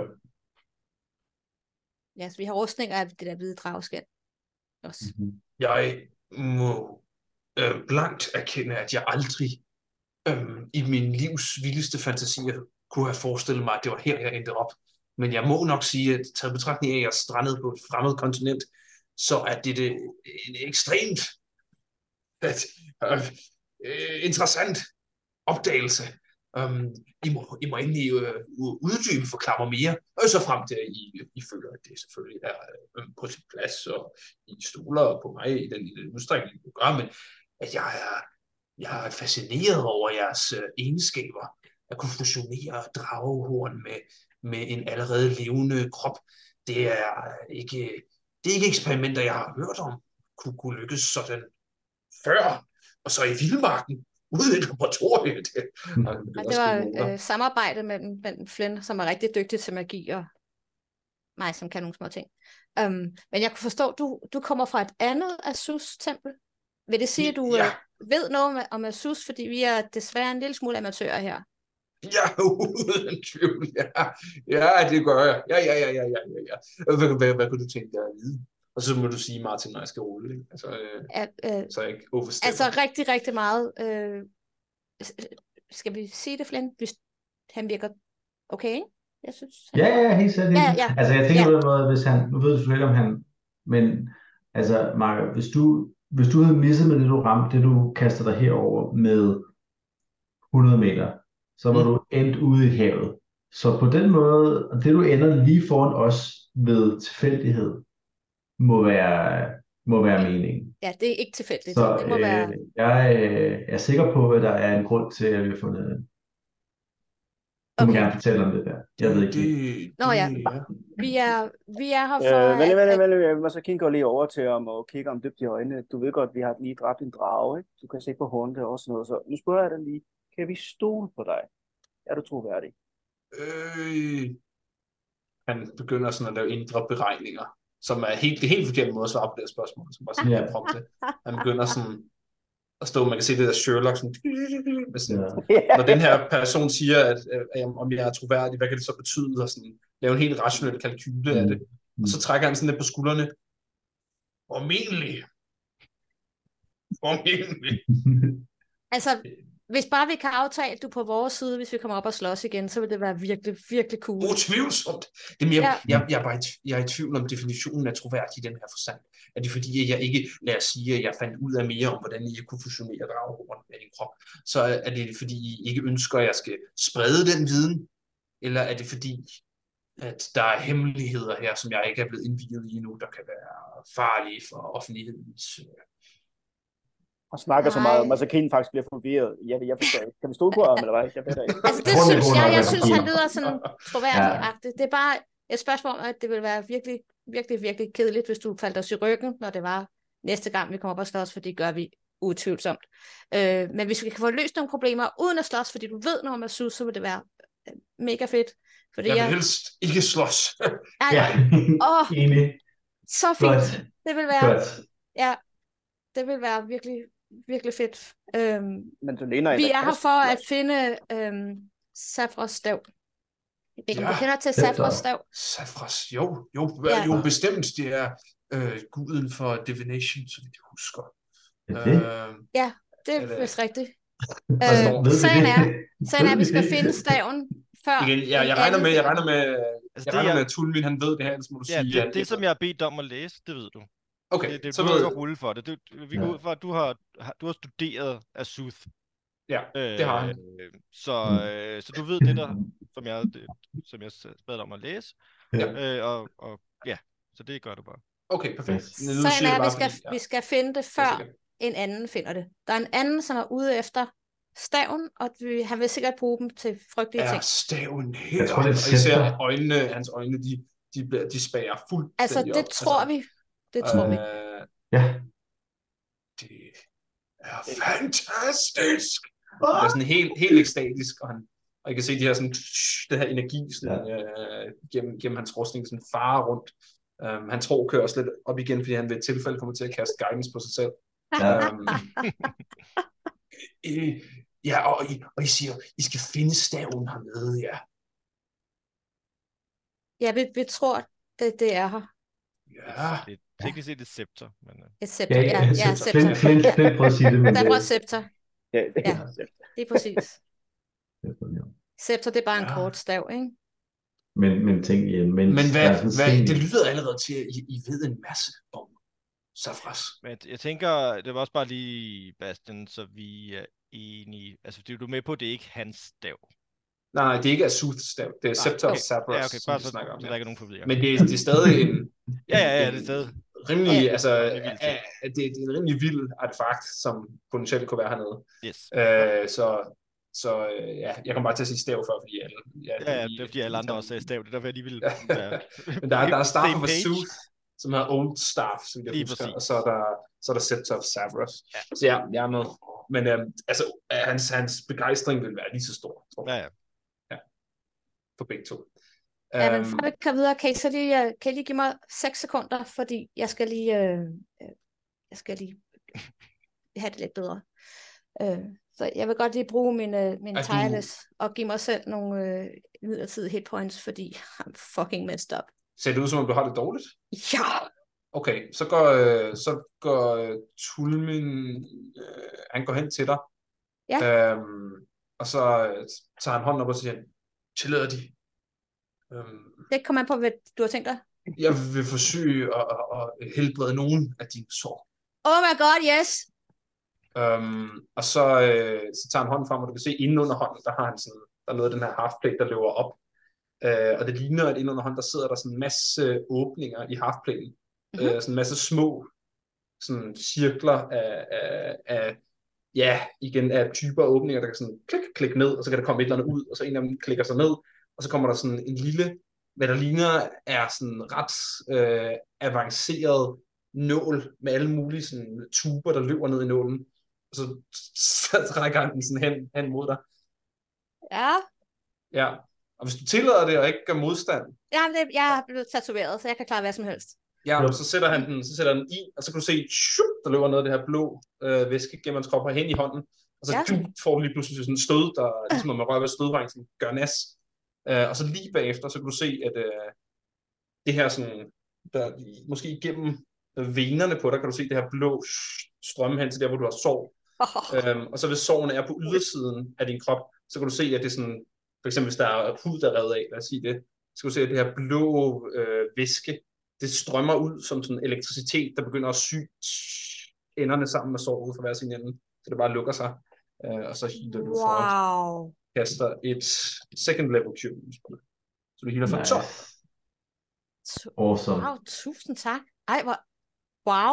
Ja, så vi har rustninger af det der hvide dragskin. Også. Mhm. jeg må øh, blankt erkende, at jeg aldrig øh, i min livs vildeste fantasier kunne have forestillet mig, at det var her, jeg endte op. Men jeg må nok sige, at taget betragtning af, at jeg er strandet på et fremmed kontinent, så er det, det en ekstremt at, øh, øh, interessant opdagelse. Um, I, må, I må endelig øh, uddybe, forklare mig mere, og så frem til, at I, I føler, at det selvfølgelig er øh, på sin plads, og I stoler på mig i den, i den udstrækning, I gør, men at jeg er, jeg er fascineret over jeres øh, egenskaber, at kunne fusionere dragehorn med, med en allerede levende krop. Det er ikke, det er ikke eksperimenter, jeg har hørt om, kunne, kunne lykkes sådan før, og så i vildmarken, uden et laboratorie. Det, Og det var øh, samarbejde mellem, mellem Flynn, som er rigtig dygtig til magi, og mig, som kan nogle små ting. Um, men jeg kunne forstå, du, du kommer fra et andet Asus-tempel. Vil det sige, at du Ja. øh, ved noget om, om Asus, fordi vi er desværre en lille smule amatører her? Ja, uden tvivl, ja. Ja, det gør jeg. Ja, ja, ja, ja, ja, ja. Hvad, hvad, hvad kunne du tænke dig at vide? Og så må du sige, Martin, når jeg skal rulle, ikke? Altså, øh, At, øh, så jeg ikke overstemmer. altså rigtig, rigtig meget. Øh, skal vi sige det, Flynn? Hvis han virker okay? Jeg synes, han... Ja, ja, helt sikkert. Ja, ja. Altså, jeg tænker Ja. på den måde, hvis han, nu ved du selvfølgelig ikke, om han, men altså, Mark, hvis du, hvis du havde misset med det, du ramte, det du kaster dig herover med hundrede meter, så var Mm. du endt ude i havet. Så på den måde, og det du ender lige foran os ved tilfældighed, må være, må være meningen. ja, det er ikke tilfældigt. Så det må øh, være... jeg øh, er sikker på, at der er en grund til, at vi har fundet det. Du må Okay. gerne fortælle om det der. Jeg ved ikke. lige. det, Nå, ja. det, ja. Vi er, vi er her for... Øh, vent, at- vent, at- vent, vent, jeg må så kigge lige over til ham og kigge om dybt i øjnene. Du ved godt, vi har lige dræbt en drage, ikke? Du kan se på hornet og sådan noget. Så nu spørger jeg dig lige, kan vi stole på dig? Er du troværdig? Øh, han begynder sådan at lave indre beregninger, som er helt, det er helt forkert måde at svare på det her spørgsmål, som bare sådan Ja. en prompte. Han begynder sådan at stå, man kan se det der Sherlock, sådan, med sådan, Ja. når den her person siger, at, at om jeg er troværdig, hvad kan det så betyde, og sådan lave en helt rationel kalkyle af det. Og så trækker han sådan lidt på skuldrene. Formentlig. Formentlig. Altså, hvis bare vi kan aftale, du er på vores side, hvis vi kommer op og slås igen, så vil det være virkelig, virkelig cool. Utvivlsomt. Det er mere, Ja. jeg, jeg, er bare i, tv- jeg er i tvivl om definitionen af troværdig i den her forstand. Er det fordi, at jeg ikke, lad os sige, at jeg fandt ud af mere om, hvordan I kunne fusionere dragehorn med en krop, så er det fordi, I ikke ønsker, at jeg skal sprede den viden? Eller er det fordi, at der er hemmeligheder her, som jeg ikke er blevet indviet i endnu, der kan være farlige for offentlighedens... Han snakker så Nej. meget om, at Kane faktisk bliver forvirret. Jeg, jeg forstår ikke. Kan vi stole på ham, eller hvad? Jeg ved det ikke. Altså, det Jeg tror, det synes kunne jeg, nok jeg være synes, fint. han lyder sådan troværdig-agtigt. Det er bare et spørgsmål om, at det ville være virkelig, virkelig, virkelig kedeligt, hvis du faldt os i ryggen, når det var næste gang, vi kommer op og slås, for det gør vi utvivlsomt. Øh, men hvis vi kan få løst nogle problemer uden at slås, fordi du ved noget om Asus, så vil det være øh, mega fedt. Fordi Jeg vil jeg... helst ikke slås. Ej, Ja, Åh, enig. så fint. Godt. Det vil være, Godt. ja, det vil være virkelig, virkelig fedt. Øhm, Men du ligner en, vi der er kan her for slås. at finde øhm, Safras stav. Jeg ved ikke, om Ja, du kender til det er Safras så- stav. Safras, jo, jo, Ja. jo bestemt, det er øh, guden for divination, så vidt jeg husker. Er det? Øh, Ja, det Er er det- vist rigtigt. Der Øh, står- Ved vi sagen det? er, sagen er, Ved at vi skal det? finde staven før igen, jeg, en jeg regner anden med, jeg finder regner med, Altså, jeg det, regner jeg- med, at Tulmin, han ved det her, ellers må du Ja, sige, det, at det som jeg har bedt dig om at læse, det ved du. okay, Det, det, så du behøver ved ikke at rulle for det. det vi går Ja. ud fra, at du har, har- du har studeret Asuth. ja, det har han. Øh, så, øh, så du ved det der, som jeg, det, som jeg bad dig om at læse. Ja. Øh, og, og ja, så det gør du bare. Okay, perfekt. Yes. Nu siger Sagen jeg er, at vi bare, skal, fordi- ja, vi skal finde det det er før sikkert. en anden finder det. Der er en anden, som er ude efter staven, og vi, han vil sikkert bruge dem til frygtelige Er ting. staven her? Jeg tror, det er og I ser scepter. øjnene, hans øjne, de, de, bliver- de spærer fuldstændig Altså, det op. tror vi. Det tror vi. øh, Ja. Det er fantastisk! Det er sådan helt, helt ekstatisk, og, han, og I kan se de her sådan, det her energi sådan, ja. øh, gennem, gennem hans rustning sådan farer rundt. Um, han tror kører også lidt op igen, fordi han ved et tilfælde kommer til at kaste guidance på sig selv. Ja. Um, øh, ja, og I, og I siger, I skal finde staven hernede, ja. Ja, vi, vi tror, det, det er her. Ja, Det er teknisk set et scepter, men øh, Et scepter. Ja, Ja, ja, ja, så scepter. Flint, Flint, Ja, Flint, prøv at sige det, men der det var scepter. Ja, det Ja. Det er præcis. Scepter, det er bare en Ja. kort stav, ikke? Men, men tænk igen, men, men hvad, der er sådan hvad, sten i. det lyder allerede til, at I, I ved en masse om Safras. Men jeg- jeg tænker, det var også bare lige, Bastian, så vi er enige. Altså, det er du med på, det er ikke hans stav. Nej, nej, det er ikke Asuth's stav. Det er Scepter of okay. Safras, Ja, okay, som bare vi så, snakker om. så Ja. der ikke er nogen forvirring. Men det, er- det er stadig en, Ja, ja, ja, en- det er stadig. rimelig, Ja. altså, Det er vildt ting. er- det, det er en rimelig vild artefakt, som potentielt kunne være hernede. Yes. Øh, så, så øh, ja, jeg kom bare til at sige stav før, fordi alle... Ja, Ja, ja, det er fordi alle andre også sagde stav. Det er derfor, jeg lige ville være... Men der, er- der er Staff Same of page. Asuth, som er Old Staff, som jeg Lige husker, præcis. og så er der, så er der Scepter of Savras. Ja. Så ja, jeg er med. Men øhm, altså, hans, hans begejstring vil være lige så stor, tror jeg, Ja, ja. for begge to. Ja, men Øhm, før vi kan videre, kan I, så lige, øh, kan I lige give mig seks sekunder, fordi jeg skal lige, øh, øh, jeg skal lige have det lidt bedre. Øh, så jeg vil godt lige bruge min, øh, min Er du- tireless og give mig selv nogle øh, midlertidige hit points, fordi I'm fucking messed up. Ser det ud, som om du har det dårligt? Ja! Okay, så går, øh, så går øh, Tulmin, øh, han går hen til dig, Ja. øhm, og så øh, tager han hånden op og siger, tillader de. Øhm, Det kommer an på, hvad du har tænkt dig. jeg vil forsøge at, at, at helbrede nogen af dine sår. Oh my god, yes! Øhm, og så, øh, så tager han hånden frem, og du kan se, inden under hånden, der har han sådan, der er noget af den her halfplate, der løber op. Øh, og det ligner, at inden under hånden, der sidder der sådan en masse åbninger i halfplaten. Mhm. Øh, sådan en masse små sådan cirkler af, af, af, ja, igen af typer af åbninger, der kan sådan klik, klik ned, og så kan der komme et eller andet ud, og så en af dem klikker sig ned, og så kommer der sådan en lille, hvad der ligner, er sådan ret øh, avanceret nål med alle mulige sådan tuber, der løber ned i nålen. Og så, så trækker han den sådan hen, hen mod dig. Ja, Ja. Og hvis du tillader det og ikke gør modstand, ja det, jeg er blevet tatoveret, så jeg kan klare hvad som helst. ja, Jo. så sætter han den, så sætter han den i, og så kan du se, shup, der løber noget af det her blå øh, væske gennem hans krop og hen i hånden. Og så Ja. ja. får du lige pludselig sådan en stød, der ligesom om man rører ved stødvang, som gør nas. Øh, og så lige bagefter, så kan du se, at øh, det her sådan, der, måske igennem venerne på dig, kan du se det her blå strømme hen til der, hvor du har sår. Oh, Øhm, og så hvis sårene er på ydersiden af din krop, så kan du se, at det er sådan, for eksempel hvis der er hud, der er revet af, lad os sige det, så kan du se, at det her blå øh, væske, det strømmer ud som sådan elektricitet, der begynder at sy enderne sammen med såret fra hver sin ende, så det bare lukker sig, øh, og så healer du for wow. kaster et second level cure. Så du healer for Nice. top. Tu- Awesome. Wow, tusind tak. Ej, hvor... Wow.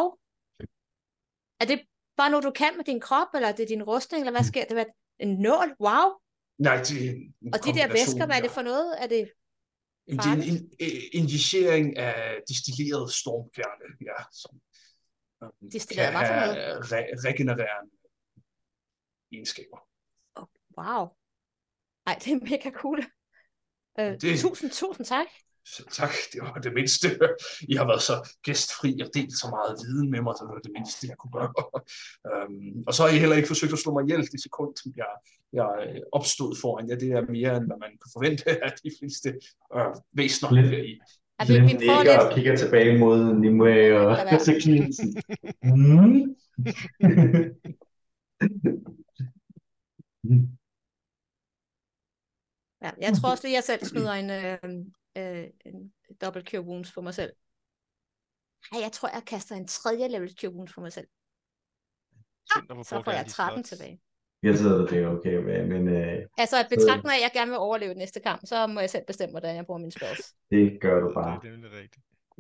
Er det bare noget, du kan med din krop, eller er det din rustning, eller hvad sker det? Hvad? En nål? Wow. Nej, det er en Og de der væsker, hvad er det for noget? Er det... En, det er en, en, en injicering af distilleret stormkerne, ja, som um, Distilleret kan hvad for have re- regenererende egenskaber. Wow. Ej, det er mega cool. Øh, Det- Tusind, tusind tak. Så tak, det var det mindste. I har været så gæstfri og delt så meget viden med mig, så det var det mindste, jeg kunne gøre. um, og så har I heller ikke forsøgt at slå mig ihjel det sekund, som jeg, jeg opstod foran jer. Det er mere, end hvad man kan forvente af de fleste øh, væsner her i. Altså, vi, vi prøver lidt... og kigger tilbage mod Nimue og Seklinsen. Mm. Ja, jeg tror også, at jeg selv smider en, øh, øh, en double cure wounds for mig selv. Ej, jeg tror, jeg kaster en tredje level cure wounds for mig selv. Ja, så får jeg tretten tilbage. Jeg sidder det er okay med, men... Øh, altså, at betragtning af, at jeg gerne vil overleve næste kamp, så må jeg selv bestemme, hvordan jeg bruger mine spells. Det gør du bare. Det er nemlig rigtigt.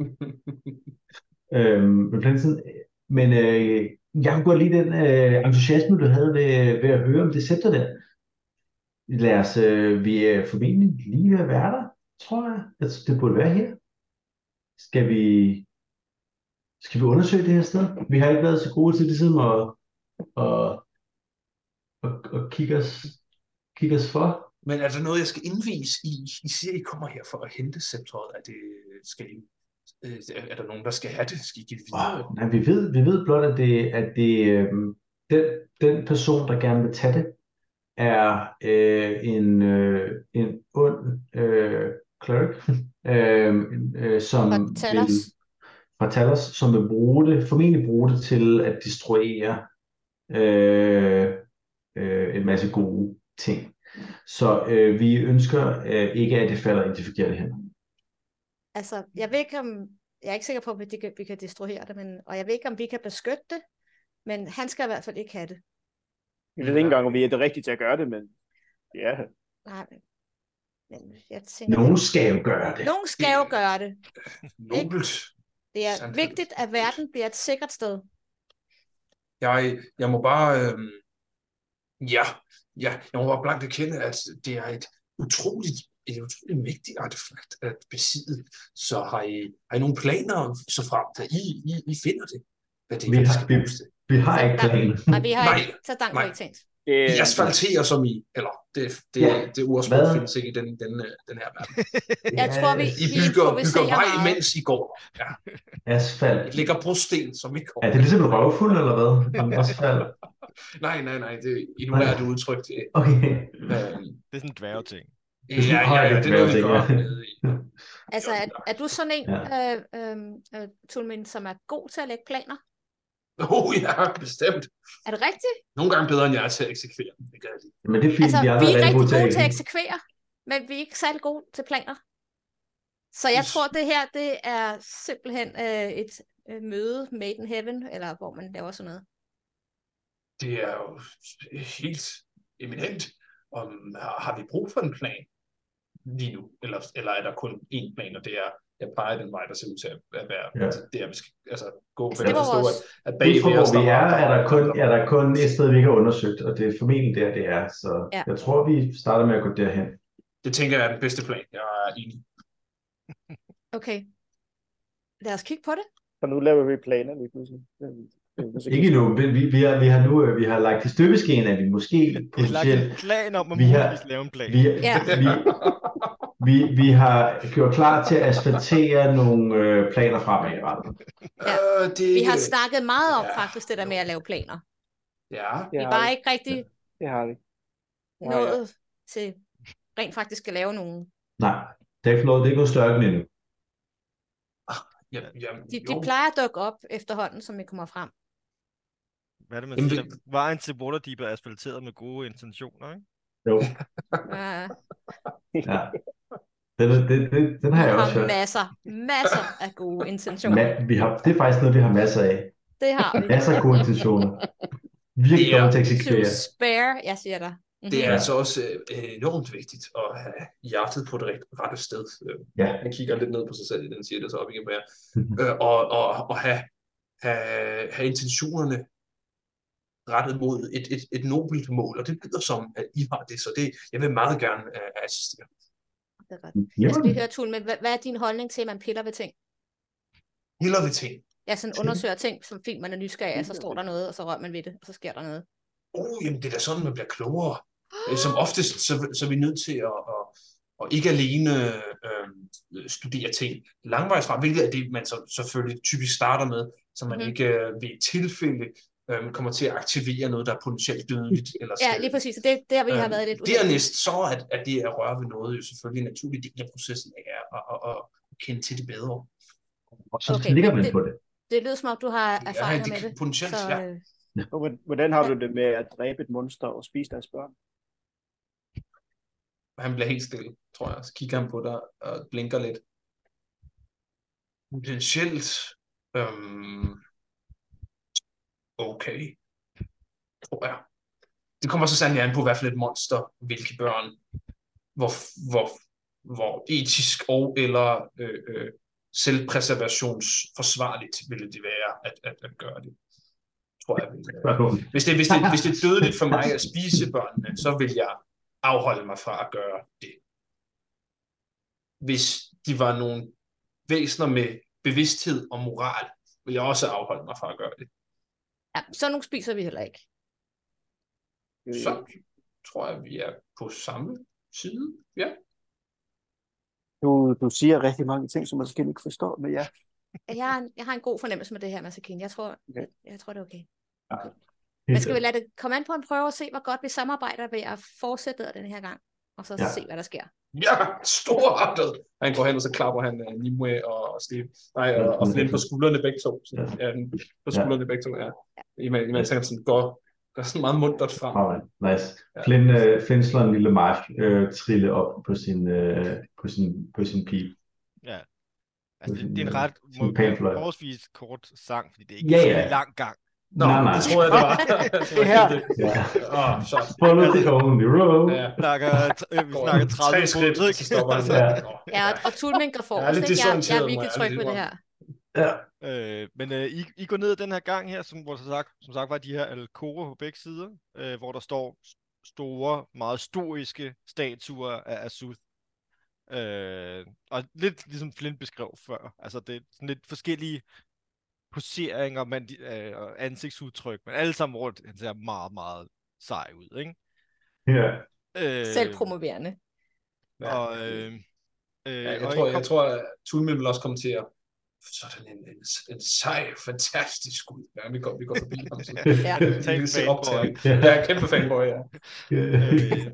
øhm, men øh, jeg kunne godt lide den øh, entusiasme, du havde ved, ved at høre om det scepter der. Lad os, øh, vi er formentlig lige ved at være der, tror jeg. Altså, det burde være her. Skal vi, skal vi undersøge det her sted? Vi har ikke været så gode til ligesom at, at, at, at kigge, os, kigge os for. Men er der noget, jeg skal indvise i? I siger, I kommer her for at hente scepteret. Er det, skal I, er der nogen, der skal have det? Skal I give det videre? Oh, nej, vi ved, vi ved blot, at det, at det øh, den, den person, der gerne vil tage det, er øh, en, øh, en ond øh, cleric, øh, øh, som vil, fra Talos, som vil bruge det, formentlig bruge det til at destruere øh, øh, en masse gode ting. Så øh, vi ønsker øh, ikke, at det falder ind til forkerte hænder. Altså, jeg ved ikke om, jeg er ikke sikker på, at vi kan, vi kan destruere det, men, og jeg ved ikke, om vi kan beskytte det, men han skal i hvert fald ikke have det. Jeg ved ikke engang, om vi er det rigtige til at gøre det, men ja. Nej, men jeg tænker... Nogen skal jo gøre det. Nogen skal jo gøre det. Nobelt. Det er Sandt. Vigtigt, at verden bliver et sikkert sted. Jeg, jeg må bare... Øh, ja, ja, jeg må bare blankt erkende, at det er et utroligt, et utroligt mægtigt artefakt at besidde. Så har I, har I nogle planer, så frem til I, I, I finder det? Hvad det vi, er, har, vi, vi har ikke planer. Nej, vi har ikke. Så dank ikke tænkt. I asfalterer som I, eller det, det, ja. det ordsprog findes ikke i den, den, den her verden. Jeg tror, vi, I bygger, bygger vej, meget. Mens I går. Ja. Asfalt. I lægger brosten, som I går. Er det ligesom en røvfuld, eller hvad? Asfalt. nej, nej, nej, det ignorerer det udtryk. Det, okay. øhm, det er sådan en dværgeting. Ja, ja, ja, det er noget, vi gør. Altså, er, er du sådan en, ja. øh, øh, Tulmin, som er god til at lægge planer? Oh ja, bestemt. Er det rigtigt? Nogle gange bedre, end jeg er til at eksekvere. Det gør jeg. Men det er fint, altså, vi er, vi er rigtig gode til at eksekvere, men vi er ikke særlig gode til planer. Så jeg tror, det her, det er simpelthen øh, et øh, møde made in heaven, eller hvor man laver sådan noget. Det er jo helt eminent. Om, har, har vi brug for en plan lige nu? Eller, eller er der kun én plan, og det er, jeg peger den vej, der ser ud til at være, ja. det, vi skal altså, gå altså, det var forstå, vores... at, at bag ved os, hvor vi er, er der, kun, er der kun et sted, vi ikke har undersøgt, og det er formentlig der, det er. Så ja. Jeg tror, vi starter med at gå derhen. Det tænker jeg er den bedste plan. Jeg er enig. Okay. Lad os kigge på det. Så nu laver vi planer lige pludselig. Ikke nu, vi, vi, har, vi har nu vi har lagt til støbeskeen, at vi måske potentielt... Vi har lagt en plan om, at vi har, muligvis lave en plan. Vi, ja. vi, vi, vi har gjort klar til at asfaltere nogle øh, planer fremadrettet. Ja. Øh, det... Vi har snakket meget om ja. faktisk det der med at lave planer. Ja. Vi er bare ikke rigtig det har vi. Ja, nået ja. til rent faktisk at lave nogle. Nej, det er ikke noget, det er ikke noget større endnu. Ja, ja, de, de plejer at dukke op efterhånden, som vi kommer frem. Hvad er det, man siger? Vejen til Waterdeep er asfalteret med gode intentioner, ikke? Jo. Ja. ja. Den, den, den, den har vi jeg har også hørt. masser, masser af gode intentioner. Ma- vi har, det er faktisk noget, vi har masser af. Det har vi. Masser af gode intentioner. Virkelig godt til at eksekvere. To spare, jeg siger dig. Mm-hmm. Det er altså også øh, enormt vigtigt at have hjertet på det rette sted. Ja. Jeg kigger lidt ned på sig selv i den siger det så op igen med øh, og, og, og have, have, have intentionerne rettet mod et, et, et nobelt mål, og det lyder som, at I har det, så det, jeg vil meget gerne uh, assistere. Det er godt. Jeg skal lige høre, Tulmin, hvad, hvad er din holdning til, at man piller ved ting? Piller ved ting? Ja, sådan undersøger ting, som film man er nysgerrig af, så står der noget, og så rører man ved det, og så sker der noget. Oh, jamen det er da sådan, man bliver klogere. Som oftest, så, så er vi nødt til at, at, at ikke alene øh, studere ting langvejsfra, hvilket er det, man så selvfølgelig typisk starter med, så man Mhm. ikke øh, ved et tilfælde øh, kommer til at aktivere noget, der er potentielt dødeligt eller Ja, lige skadeligt. præcis. Det er der, vi har Øhm, været lidt uheldige. Dernæst så, at, at det at røre ved noget, jo selvfølgelig en naturlig del af processen er at, at, at kende til det bedre. Og så Okay, klikker men man det- på det. Det lyder som om, du har Ja, erfaringer det med kan det. potentielt, Så, ja. øh, Og hvordan- Hvordan har du det med at dræbe et monster og spise deres børn? Han bliver helt stille, tror jeg. Så kigger han på dig og blinker lidt. Potentielt øhm, okay, tror jeg. Det kommer så sandelig an på, hvad for et monster, hvilke børn, hvor, hvor, hvor etisk og eller øh, øh, selvpræservationsforsvarligt ville det være at, at, at gøre det. Tror jeg. Vil, øh. Hvis, det, hvis, det, hvis det er dødeligt for mig at spise børnene, så vil jeg afholde mig fra at gøre det. Hvis de var nogle væsener med bevidsthed og moral, vil jeg også afholde mig fra at gøre det. ja, sådan nogle spiser vi heller ikke. Så tror jeg, vi er på samme side. Ja. Du, du siger rigtig mange ting, som man måske ikke forstår, men ja. Jeg har en, jeg har en god fornemmelse med det her, Masakin. Jeg tror, Okay. jeg, jeg tror, det er okay. Okay. Men skal vi lade det komme an på en prøve og se, hvor godt vi samarbejder ved at fortsætte den her gang, og så Ja. se, hvad der sker. Ja, storartet. Han går hen, og så klapper han uh, Nimue og Steve. Nej, og, og Flynn på skuldrene begge to. Så, ja, den- på skuldrene begge to, ja. Imens, imens han sådan går, går sådan meget muntert frem. Alright, nice. Ja. Flynn, øh, Flynn slår en lille march øh, trille op på sin, øh, på sin, på sin pip. Ja. Altså, det, Sådan, det er en øh, ret sådan må, en panfløjte. forholdsvis kort sang, fordi det er ikke Ja, en ja. særlig lang gang. Nå, Nej, nej. det tror jeg, det var. Det her. Ja. Åh, så. Follow the only road. Ja. Vi snakker, øh, vi snakker Tre tredive skridt, fod, og så stopper han. Ja. Nå, Ja, og, og Tulming går Jeg er forrest, lidt ikke? Jeg, jeg er desorienteret, må virkelig jeg tryg ærligt ved det her. Ja. Øh, men øh, I, I går ned ad den her gang her, som, hvor som sagt, som sagt var de her alkover på begge sider, øh, hvor der står store, meget stoiske statuer af Azuth. Øh, og lidt ligesom Flint beskrev før. Altså det er sådan lidt forskellige poseringer man, øh, og ansigtsudtryk, men alle sammen rundt, han ser meget, meget sej ud, ikke? Ja. Øh, Selvpromoverende. Ja. Og, øh, øh, Ja, jeg, og I tror, kom- jeg tror, at Tulmin vil også komme til at sådan en, en, en sej, fantastisk ud. Ja, vi går, vi går forbi ham. Så. Ja. Tag Vi ser op til ham. Ja. Ja, kæmpe fanboy, ja. Øh,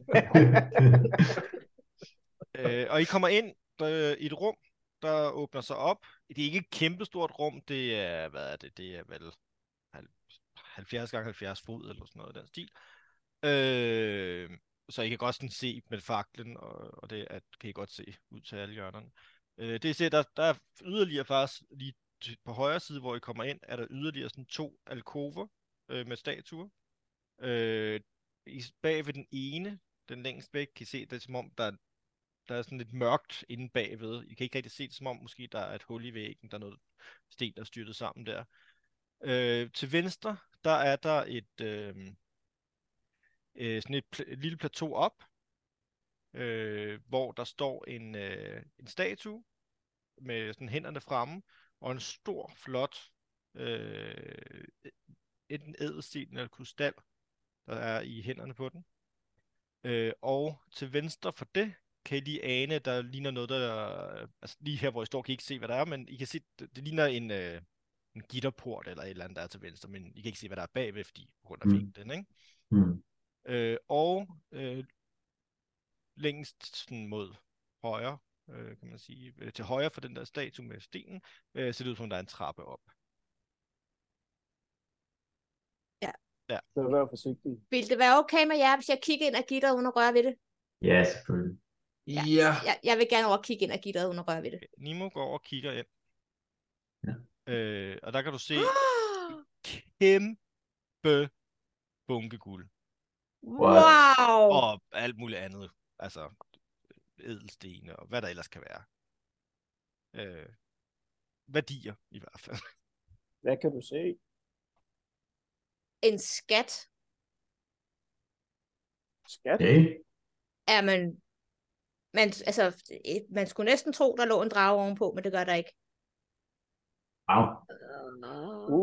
øh, og I kommer ind øh, i et rum, der åbner sig op. Det er ikke et kæmpestort rum, det er, hvad er det, det er vel halvfjerds gange halvfjerds fod eller sådan noget i den stil. Øh, så I kan godt sådan se med faklen, og, og det at, kan I godt se ud til alle hjørnerne. Øh, det er der, der er yderligere faktisk lige t- på højre side, hvor I kommer ind, er der yderligere sådan to alkover øh, med statuer. Øh, i, bag ved den ene, den længst væk, kan I se, det er som om, der, der er sådan lidt mørkt inde bagved. I kan ikke rigtig se det, som om måske der er et hul i væggen, der er noget sten, der er styrtet sammen der. Øh, til venstre, der er der et, øh, øh, sådan et, pl- et lille plateau op, øh, hvor der står en, øh, en statue med sådan hænderne fremme, og en stor, flot øh, enten ædelsten eller krystal, der er i hænderne på den. Øh, og til venstre for det, kan I lige ane, der ligner noget, der... Altså lige her, hvor I står, kan I ikke se, hvad der er, men I kan se, det, det ligner en, øh, en gitterport eller et eller andet, der er til venstre, men I kan ikke se, hvad der er bagved, fordi på grund af Mm. vinklen, ikke? Mm. Øh, og øh, længst sådan mod højre, øh, kan man sige, øh, til højre for den der statue med stenen, øh, ser det ud som, der er en trappe op. Så vær forsigtig. Vil det være okay med jer, hvis jeg kigger ind ad gitteret uden at røre ved det? Ja, selvfølgelig. Ja. Ja. Jeg, jeg vil gerne over at kigge ind ad gitteret uden at røre ved det. Nimo går over og kigger ind. Ja. Øh, og der kan du se kæmpe bunke guld. Wow! Og alt muligt andet. Altså ædelstene og hvad der ellers kan være. Øh, værdier i hvert fald. Hvad kan du se? En skat. Skat? Okay. Ja, men man, altså, et- man skulle næsten tro, der lå en drage ovenpå, men det gør der ikke. Wow.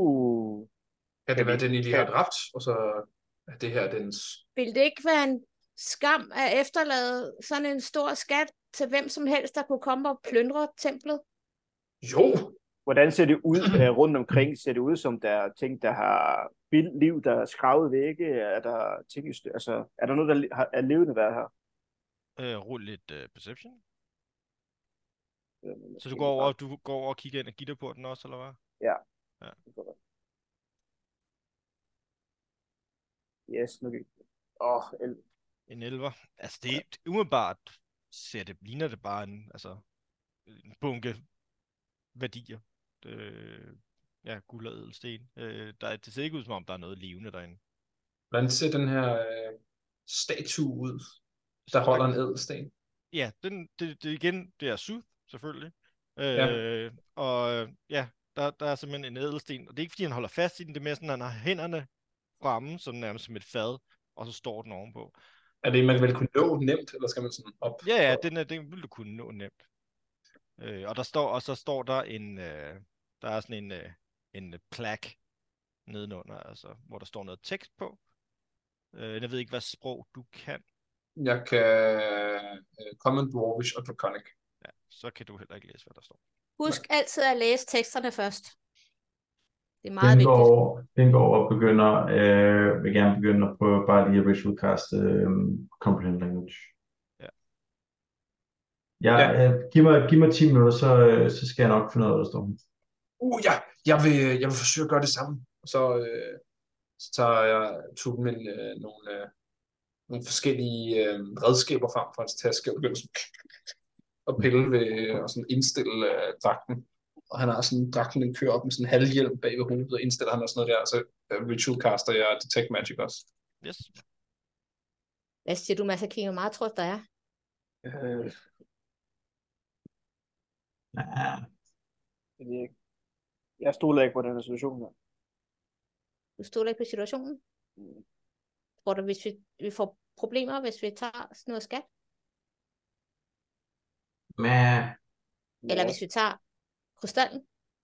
Uh. Kan det Kan være vi- den, I lige kan- har dræbt, og så er det her dens... Vil det ikke være en skam at efterlade sådan en stor skat til hvem som helst, der kunne komme og plyndre templet? Jo, Hvordan ser det ud uh, rundt omkring? Ser det ud som, der er ting, der har vildt liv, der er skravet vægge? Er der ting, i stø- altså, er der noget, der li- har- er levende været her? Øh, rul lidt uh, perception. Øh, Så måske du går over, bare- du går over og kigger ind og gitter på den også, eller hvad? Ja. Ja. Det går godt. Yes, nu kan Åh, oh, el- En elver. Altså det er umiddelbart ser det, ligner det bare en, altså, en bunke værdier. Øh, ja, guld og ædelsten. Øh, der, er- det ser ikke ud som om, der er noget levende derinde. hvordan ser den her øh, statue ud, der holder en ædelsten? Ja, den, det, det igen, det er Sooth, selvfølgelig. Øh, Ja. Og øh, ja, der, der er simpelthen en ædelsten, og det er ikke fordi, han holder fast i den, det er mere sådan, at han har hænderne fremme, sådan nærmest som et fad, og så står den ovenpå. Er det, man vil kunne nå nemt, eller skal man sådan op? Ja, ja, den, er, den vil du kunne nå nemt. Øh, og der står, og så står der en, øh, der er sådan en, øh, en øh, plak nedenunder, altså, hvor der står noget tekst på. Øh, jeg ved ikke, hvad sprog du kan. Jeg kan uh, Common, Dwarvish og Draconic. Ja, så kan du heller ikke læse, hvad der står. Husk altid at læse teksterne først. Det er meget Den vigtigt. går, den går og begynder, øh, vil gerne begynde at prøve bare lige at ritual cast øh, comprehend language. Ja. Ja, Ja. øh, giv, mig, giv mig ti minutter, så, øh, så skal jeg nok finde ud af, hvad der står. Uh, ja, jeg vil, jeg vil forsøge at gøre det samme. Så, øh, så tager jeg tog min, øh, nogle, øh, nogle forskellige øh, redskaber frem fra hans taske og begynder sådan at pille ved og sådan indstille øh, dragten. Og han har sådan, dragten den kører op med sådan en halvhjelm bag ved hovedet, og indstiller han og sådan noget der, og så øh, ritual caster jeg Detect Magic også. Yes. Hvad siger du, Masaki? Hvor meget tror du, der er? øh, Ja, jeg ved ikke. Jeg stoler ikke på den her situation her. Du stoler ikke på situationen? Tror du, hvis vi, vi får problemer, hvis vi tager sådan noget skat? men Eller hvis vi tager krystallen?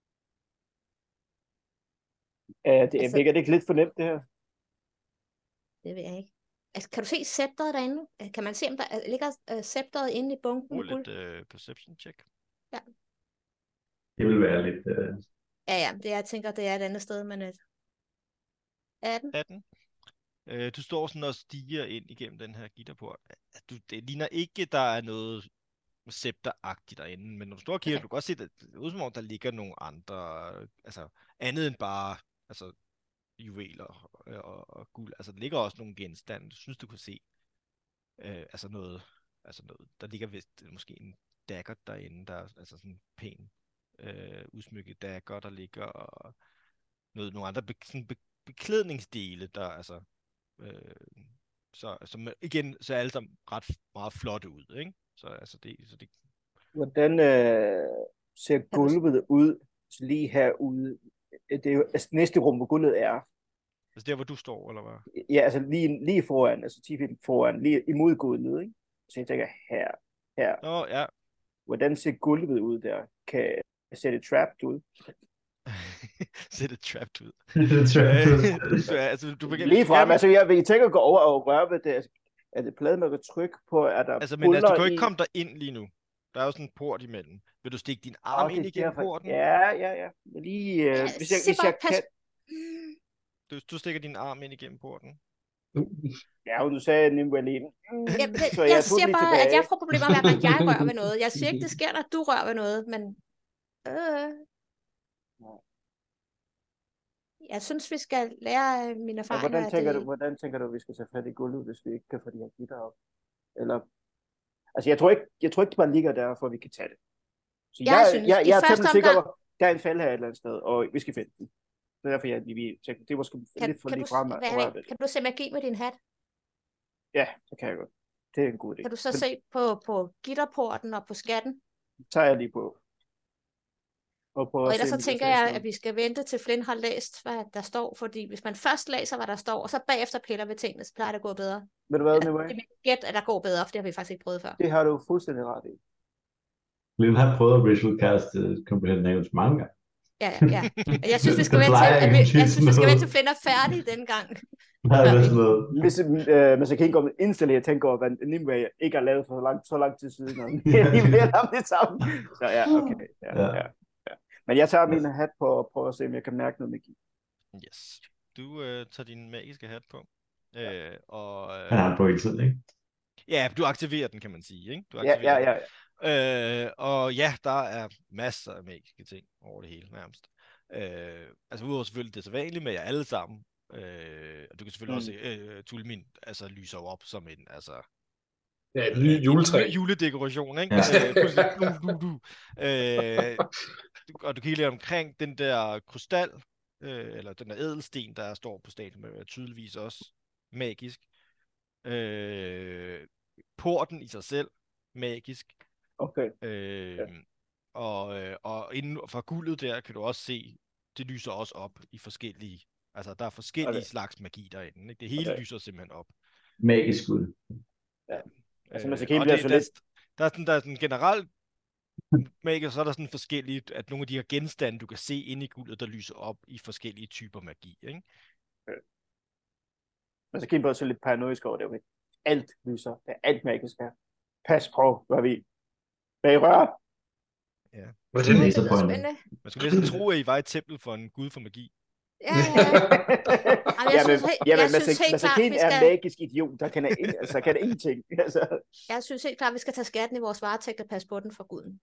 Er det, Altså- altså... er det ikke lidt for nemt, det her? Det ved jeg ikke. Altså, kan du se scepteret derinde? Kan man se, om der er- ligger uh, scepteret inde i bunken? Rul med guld? lidt øh, perception check. det vil være lidt... Øh... Ja, ja. Det, jeg tænker, det er et andet sted, men et... atten? atten. Øh, du står sådan og stiger ind igennem den her gitterport. Du, det ligner ikke, der er noget scepteragtigt derinde, men når du står og kigger, Okay. du kan godt se, at det er ud som om, der ligger nogle andre, altså andet end bare altså, juveler og, og, og guld. Altså, der ligger også nogle genstande, du synes, du kan se. Øh, altså noget, altså noget, der ligger vist måske en dagger derinde, der er altså sådan en pæn øh, udsmykket dagger, der ligger, og noget, nogle andre be, sådan be, beklædningsdele, der altså, øh, så, så igen, så er alle sammen ret meget flotte ud, ikke? Så altså det, så det, Hvordan øh, ser du- gulvet ud lige herude? Det er jo altså, næste rum, hvor gulvet er. altså der, hvor du står, eller hvad? Ja, altså lige, lige foran, altså ti feet foran, lige imod gulvet, ikke? Så jeg tænker, her, her. Nå, ja. Hvordan ser gulvet ud der? Kan ser det trapped ud? Ser det trapped ud. det tror jeg, du, er- altså, du, du, Lige frem, altså jeg, jeg tænker at gå over og røre ved det. Altså, er det plade med tryk på? Er der altså, men altså, du kan jo huller ikke i? komme der ind lige nu. Der er jo sådan en port imellem. Vil du stikke din arm Okay, ind igennem derfor- porten? Ja, ja, ja. Men lige, øh, Ja, hvis jeg, se hvis bare, jeg pas- kan... Du, du stikker din arm ind igennem porten. Ja, og du sagde Nimue lige. Mm, Ja, det, så jeg, jeg jeg tog den siger lige bare, tilbage. at jeg får problemer med, at jeg rører ved noget. Jeg siger ikke, det sker, når du rører ved noget, men... Øh, jeg synes, vi skal lære af mine Ja, erfaringer. hvordan, at tænker det- du, hvordan tænker du, vi skal tage fat i gulvet, hvis vi ikke kan få de her gitter op? Eller... Altså, jeg tror ikke, jeg tror ikke, det bare ligger der, for at vi kan tage det. Så Jeg jeg, synes, jeg, i jeg er første temmelig sikker omgang- på, der er en fald her et eller andet sted, og vi skal finde den. Det er derfor, jeg lige tænkte, det var sgu Kan, lidt for kan, lige du, frem at hvad, røre ved det. kan du se magi med din hat? Ja, det kan jeg godt. Det er en god idé. Kan du så Men se på, på gitterporten og på skatten? tager jeg lige på. Og, på Og ellers så tænker jeg, at vi skal vente til Flynn har læst, hvad der står, fordi hvis man først læser, hvad der står, og så bagefter piller ved tingene, så plejer det at gå bedre. Ved du hvad, Altså, Nimue? det er mit gæt, at der går bedre, for det har vi faktisk ikke prøvet før. Det har du fuldstændig ret i. Lynn har prøvet at ritual cast uh, comprehend language mange gange. Ja, ja, ja. Jeg synes, vi skal Det vente til, plejer at vi, ikke at jeg synes, vi skal noget. vente til Flynn er færdig den gang. Nej, det er sådan noget. Hvis, øh, hvis jeg kan ikke installere, tænke over, hvad Nimue ikke har lavet for så lang, så lang tid siden, og Ja, det- alligevel om det samme. Så ja, okay. Ja, Ja. ja, ja. Men jeg tager min hat på og prøver at se, om jeg kan mærke noget magi. Yes. Du øh, tager din magiske hat på. Øh, og, øh, Han har den på hele tiden, ikke? ja, du aktiverer den, kan man sige. Ikke? Du Ja, aktiverer ja, ja. Øh, og ja, der er masser af magiske ting over det hele, nærmest. Øh, altså udover selvfølgelig det sædvanlige med jer alle sammen. Øh, og du kan selvfølgelig Mm. også se, øh, Tulmin altså, lyser jo op som en, altså, Ja, et ny juletræ. jule, juledekoration, ikke? Ja. Øh, pludselig, du, du, du. Øh, du, og du kigger lidt omkring den der krystal, øh, eller den der ædelsten, der står på statuen, er tydeligvis også magisk. Øh, porten i sig selv, magisk. Okay. Øh, Ja. og, øh, og inden for guldet der kan du også se, det lyser også op i forskellige, altså der er forskellige Okay. slags magi derinde, ikke? Det hele Okay. lyser simpelthen op. Magisk ud. Altså, Øh, Masakine og bliver det, så der, lidt- der er sådan, der er sådan generelt magi, så er der sådan forskelligt, at nogle af de her genstande, du kan se inde i guldet, der lyser op i forskellige typer magi, ikke? Men så kigger jeg så lidt paranoisk over det. Okay. Alt lyser. Det er alt magisk her. Pas på, hvad vi... Hvad I rører? Hvordan? Det er Det så lyder pointet. spændende. Man skulle næsten tro, at I var et tempel for en gud for magi. Ja, ja, ja. Jamen, jeg synes helt- jeg synes helt klart, vi er skal- magisk idiot. Der kan, ind, altså, kan ingenting. Altså. Jeg synes helt klart, at vi skal tage skatten i vores varetægt og passe på den for guden.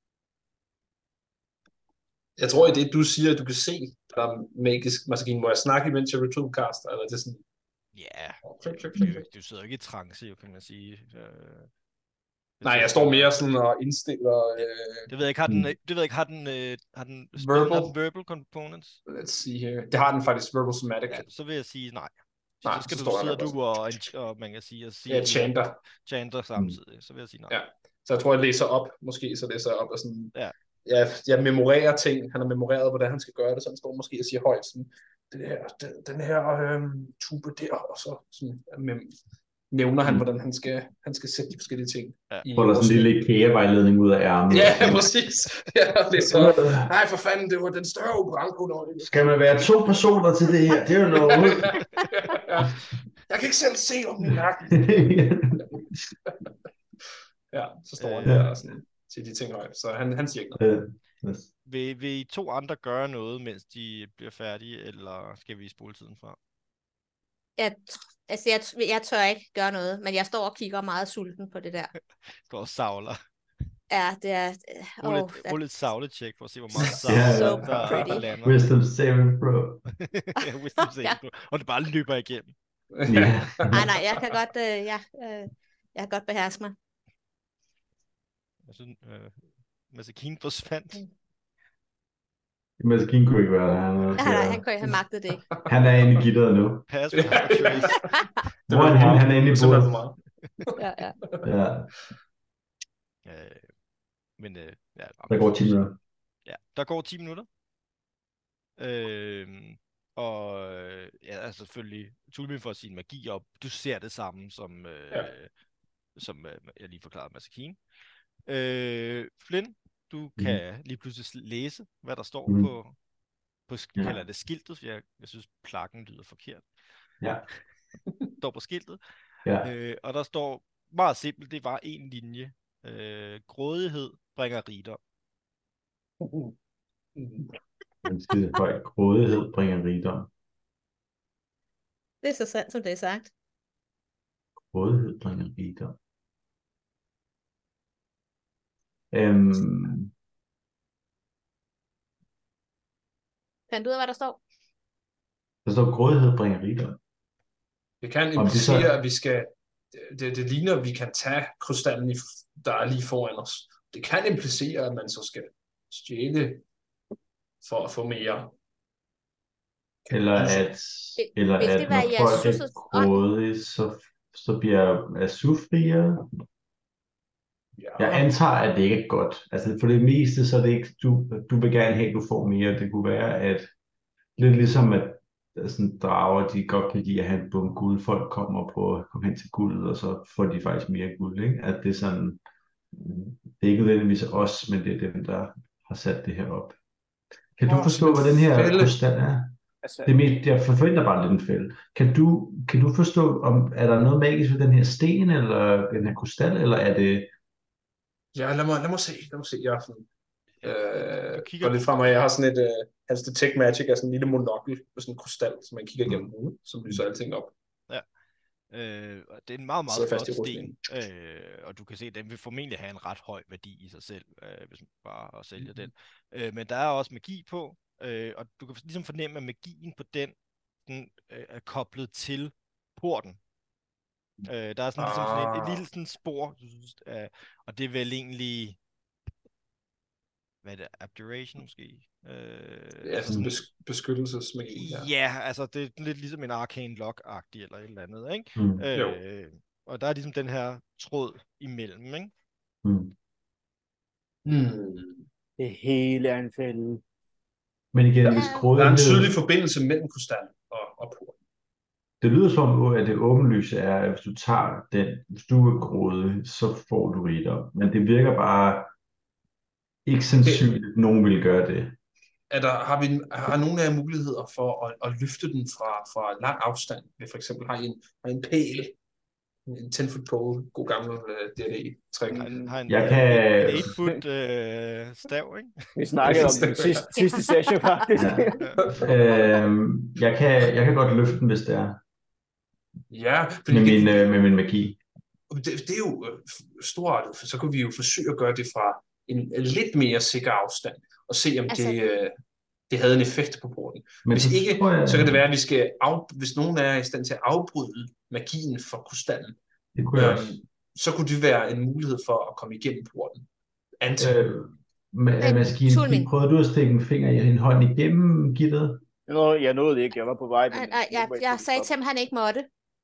Jeg tror, i det, du siger, at du kan se, der er magisk maskine, hvor jeg snakker, imens jeg ritual caster, eller det er sådan... Ja, Klik, klik, du, klik, klik. du sidder jo ikke i trance, jo, kan man sige. Øh, Nej, jeg står mere sådan og indstiller... Øh, Det ved jeg ikke, har den, Mm. det ved jeg ikke, har den, øh, har den, spil, Verbal. har den verbal components? let's see here. Det har den faktisk, verbal somatic. Ja, så vil jeg sige nej. Nej, så skal så du står jeg sidde der du og, og, og man kan sige, og sige Ja, chanter. chanter samtidig, så vil jeg sige nej. Ja. Så jeg tror, jeg læser op, måske så læser jeg op og sådan... Ja. Jeg, jeg memorerer ting. Han har memoreret, hvordan han skal gøre det, så han står måske og siger højt sådan, den her, den, den her øhm, tube der, og så sådan, mem- nævner han, Mm. hvordan han skal, han skal sætte de forskellige ting. Ja. i Holder sådan en lille IKEA-vejledning ud af ærmet. Ja, præcis. Ja, det er så... Nej, for fanden, det var den større operanko. Skal man være to personer til det her? Det er jo noget. Ja. Jeg kan ikke selv se om min nakke. Ja, så står han Øh. der og sådan, siger de ting højt. Så han, han siger ikke noget. Øh, yes. Vil, vil I to andre gøre noget, mens de bliver færdige, eller skal vi spole tiden fra? Jeg, tr- altså, jeg, jeg tør ikke gøre noget, men jeg står og kigger meget sulten på det der. Står og savler. Ja, det er... Rul Åh, oh, der- et, et savletjek for at se, hvor meget Ja, savle, so der pretty. lander. Wisdom saving bro. Ja, wisdom saving throw. Og det bare løber igennem. Ja. Nej, nej, jeg kan godt, øh, ja, øh, jeg kan godt beherske mig. Jeg synes, øh, Masakine forsvandt. Maskinen kunne ikke være der. Han, er- Nej, nej, han, kunne, han magtede det ikke. han er inde i gitteret nu. Pass with trace. Det Hvor er var han? for meget. Han er inde i Det var bordet. for meget. Ja, ja. Ja, Øh, men øh, ja, der går ti minutter. Ja, der går ti minutter. Øh, og øh, ja, altså selvfølgelig, Tulmin får sin magi op. Du ser det samme, som, øh, Ja. som øh, jeg lige forklarede Masakine. Øh, Flynn, du kan lige pludselig læse, hvad der står Mhm. på, på sk- Ja. kalder det skiltet, for jeg, jeg synes, plakken lyder forkert. Ja. står på skiltet. Ja. Øh, og der står meget simpelt, det var en linje. Øh, grådighed bringer rigdom. Den skide høj grådighed bringer rigdom. Det er så sandt, som det er sagt. Grådighed bringer rigdom. Øhm, Fandt du ud af, hvad der står? der står grådighed bringer rigdom. Det kan Om det implicere, så- at vi skal... Det, det ligner, at vi kan tage krystallen, i- der er lige foran os. Det kan implicere, at man så skal stjæle for at få mere. Eller at, eller vil det at være når jeres folk er søsters ånd? grådige, så, så bliver Asuf rigere. Ja, Jeg antager, at det ikke er godt. Altså for det meste, så er det ikke, du, du vil gerne have, at du får mere. Det kunne være, at lidt ligesom, at sådan drager, de godt kan lide at have en bunke guld. Folk kommer og prøver at komme hen til guldet, og så får de faktisk mere guld. Ikke? At det er sådan, det er ikke nødvendigvis os, men det er dem, der har sat det her op. Kan du Åh, forstå, som en hvad den her fælde. krystal er? Altså, Det er mest, jeg forventer bare lidt en fælde. Kan du, kan du forstå, om er der noget magisk ved den her sten, eller den her krystal, eller er det... Ja, lad mig, lad mig se, lad mig se. Jeg er sådan, Ja, øh, du kigger går lidt på- frem, og jeg har sådan et, øh, hans Detect Magic er sådan en lille monokkel med sådan en krystal, som man kigger igennem hovedet, som lyser alting op. Øh, og det er en meget, meget Sidder fast flot i sten, rustningen. øh, og du kan se, at den vil formentlig have en ret høj værdi i sig selv, øh, hvis man bare sælger den. Øh, men der er også magi på, øh, og du kan ligesom fornemme, at magien på den, den øh, er koblet til porten. Øh, der er sådan, ligesom sådan et, et Ah. lille sådan spor, øh, og det er vel egentlig, hvad er det, abjuration måske? Øh, Ja, altså sådan sådan, bes- beskyttelsesmagi. Ja. ja, altså det er lidt ligesom en arcane lock-agtig eller et eller andet, ikke? Mm. Jo. Øh, og der er ligesom den her tråd imellem, ikke? Mm. Hmm. det hele er en fælde. Men igen, Ja. hvis Der er en grådighed... tydelig forbindelse mellem krystallen og, og porten. Det lyder som, at det åbenlyse er, at hvis du tager den, hvis du er grådig, så får du rigdom. Men det virker bare ikke sandsynligt, at nogen vil gøre det. Er der, har, vi, har nogen af jer muligheder for at, at løfte den fra, fra lang afstand? Vi for eksempel har I en, har I en pæl, en ten-foot pole, god gammel uh, D og D-træk. Har en, har en, Jeg en, kan- en otte foot øh, stav, ikke? Vi snakkede om den sidste, sidste session, faktisk. Ja. Øhm, jeg, kan, jeg kan godt løfte den, hvis det er. Ja, fordi Med det, min, øh, med min magi. det, det er jo øh, storartet, for så kunne vi jo forsøge at gøre det fra en lidt mere sikker afstand, og se om Altså- det, øh, det havde en effekt på porten. Men Hvis så ikke, tror jeg, så kan det være, at vi skal af, hvis nogen er i stand til at afbryde magien for krystallen, Det kunne jeg også. øhm, så kunne det være en mulighed for at komme igennem porten. Antal. Øh, med, Men, Maskine, Tulmin. prøvede du at stikke en finger i en hånd igennem gitteret? Nå, jeg nåede ikke, jeg var på vej. Nej, nej, jeg, jeg sagde til ham, at han ikke måtte.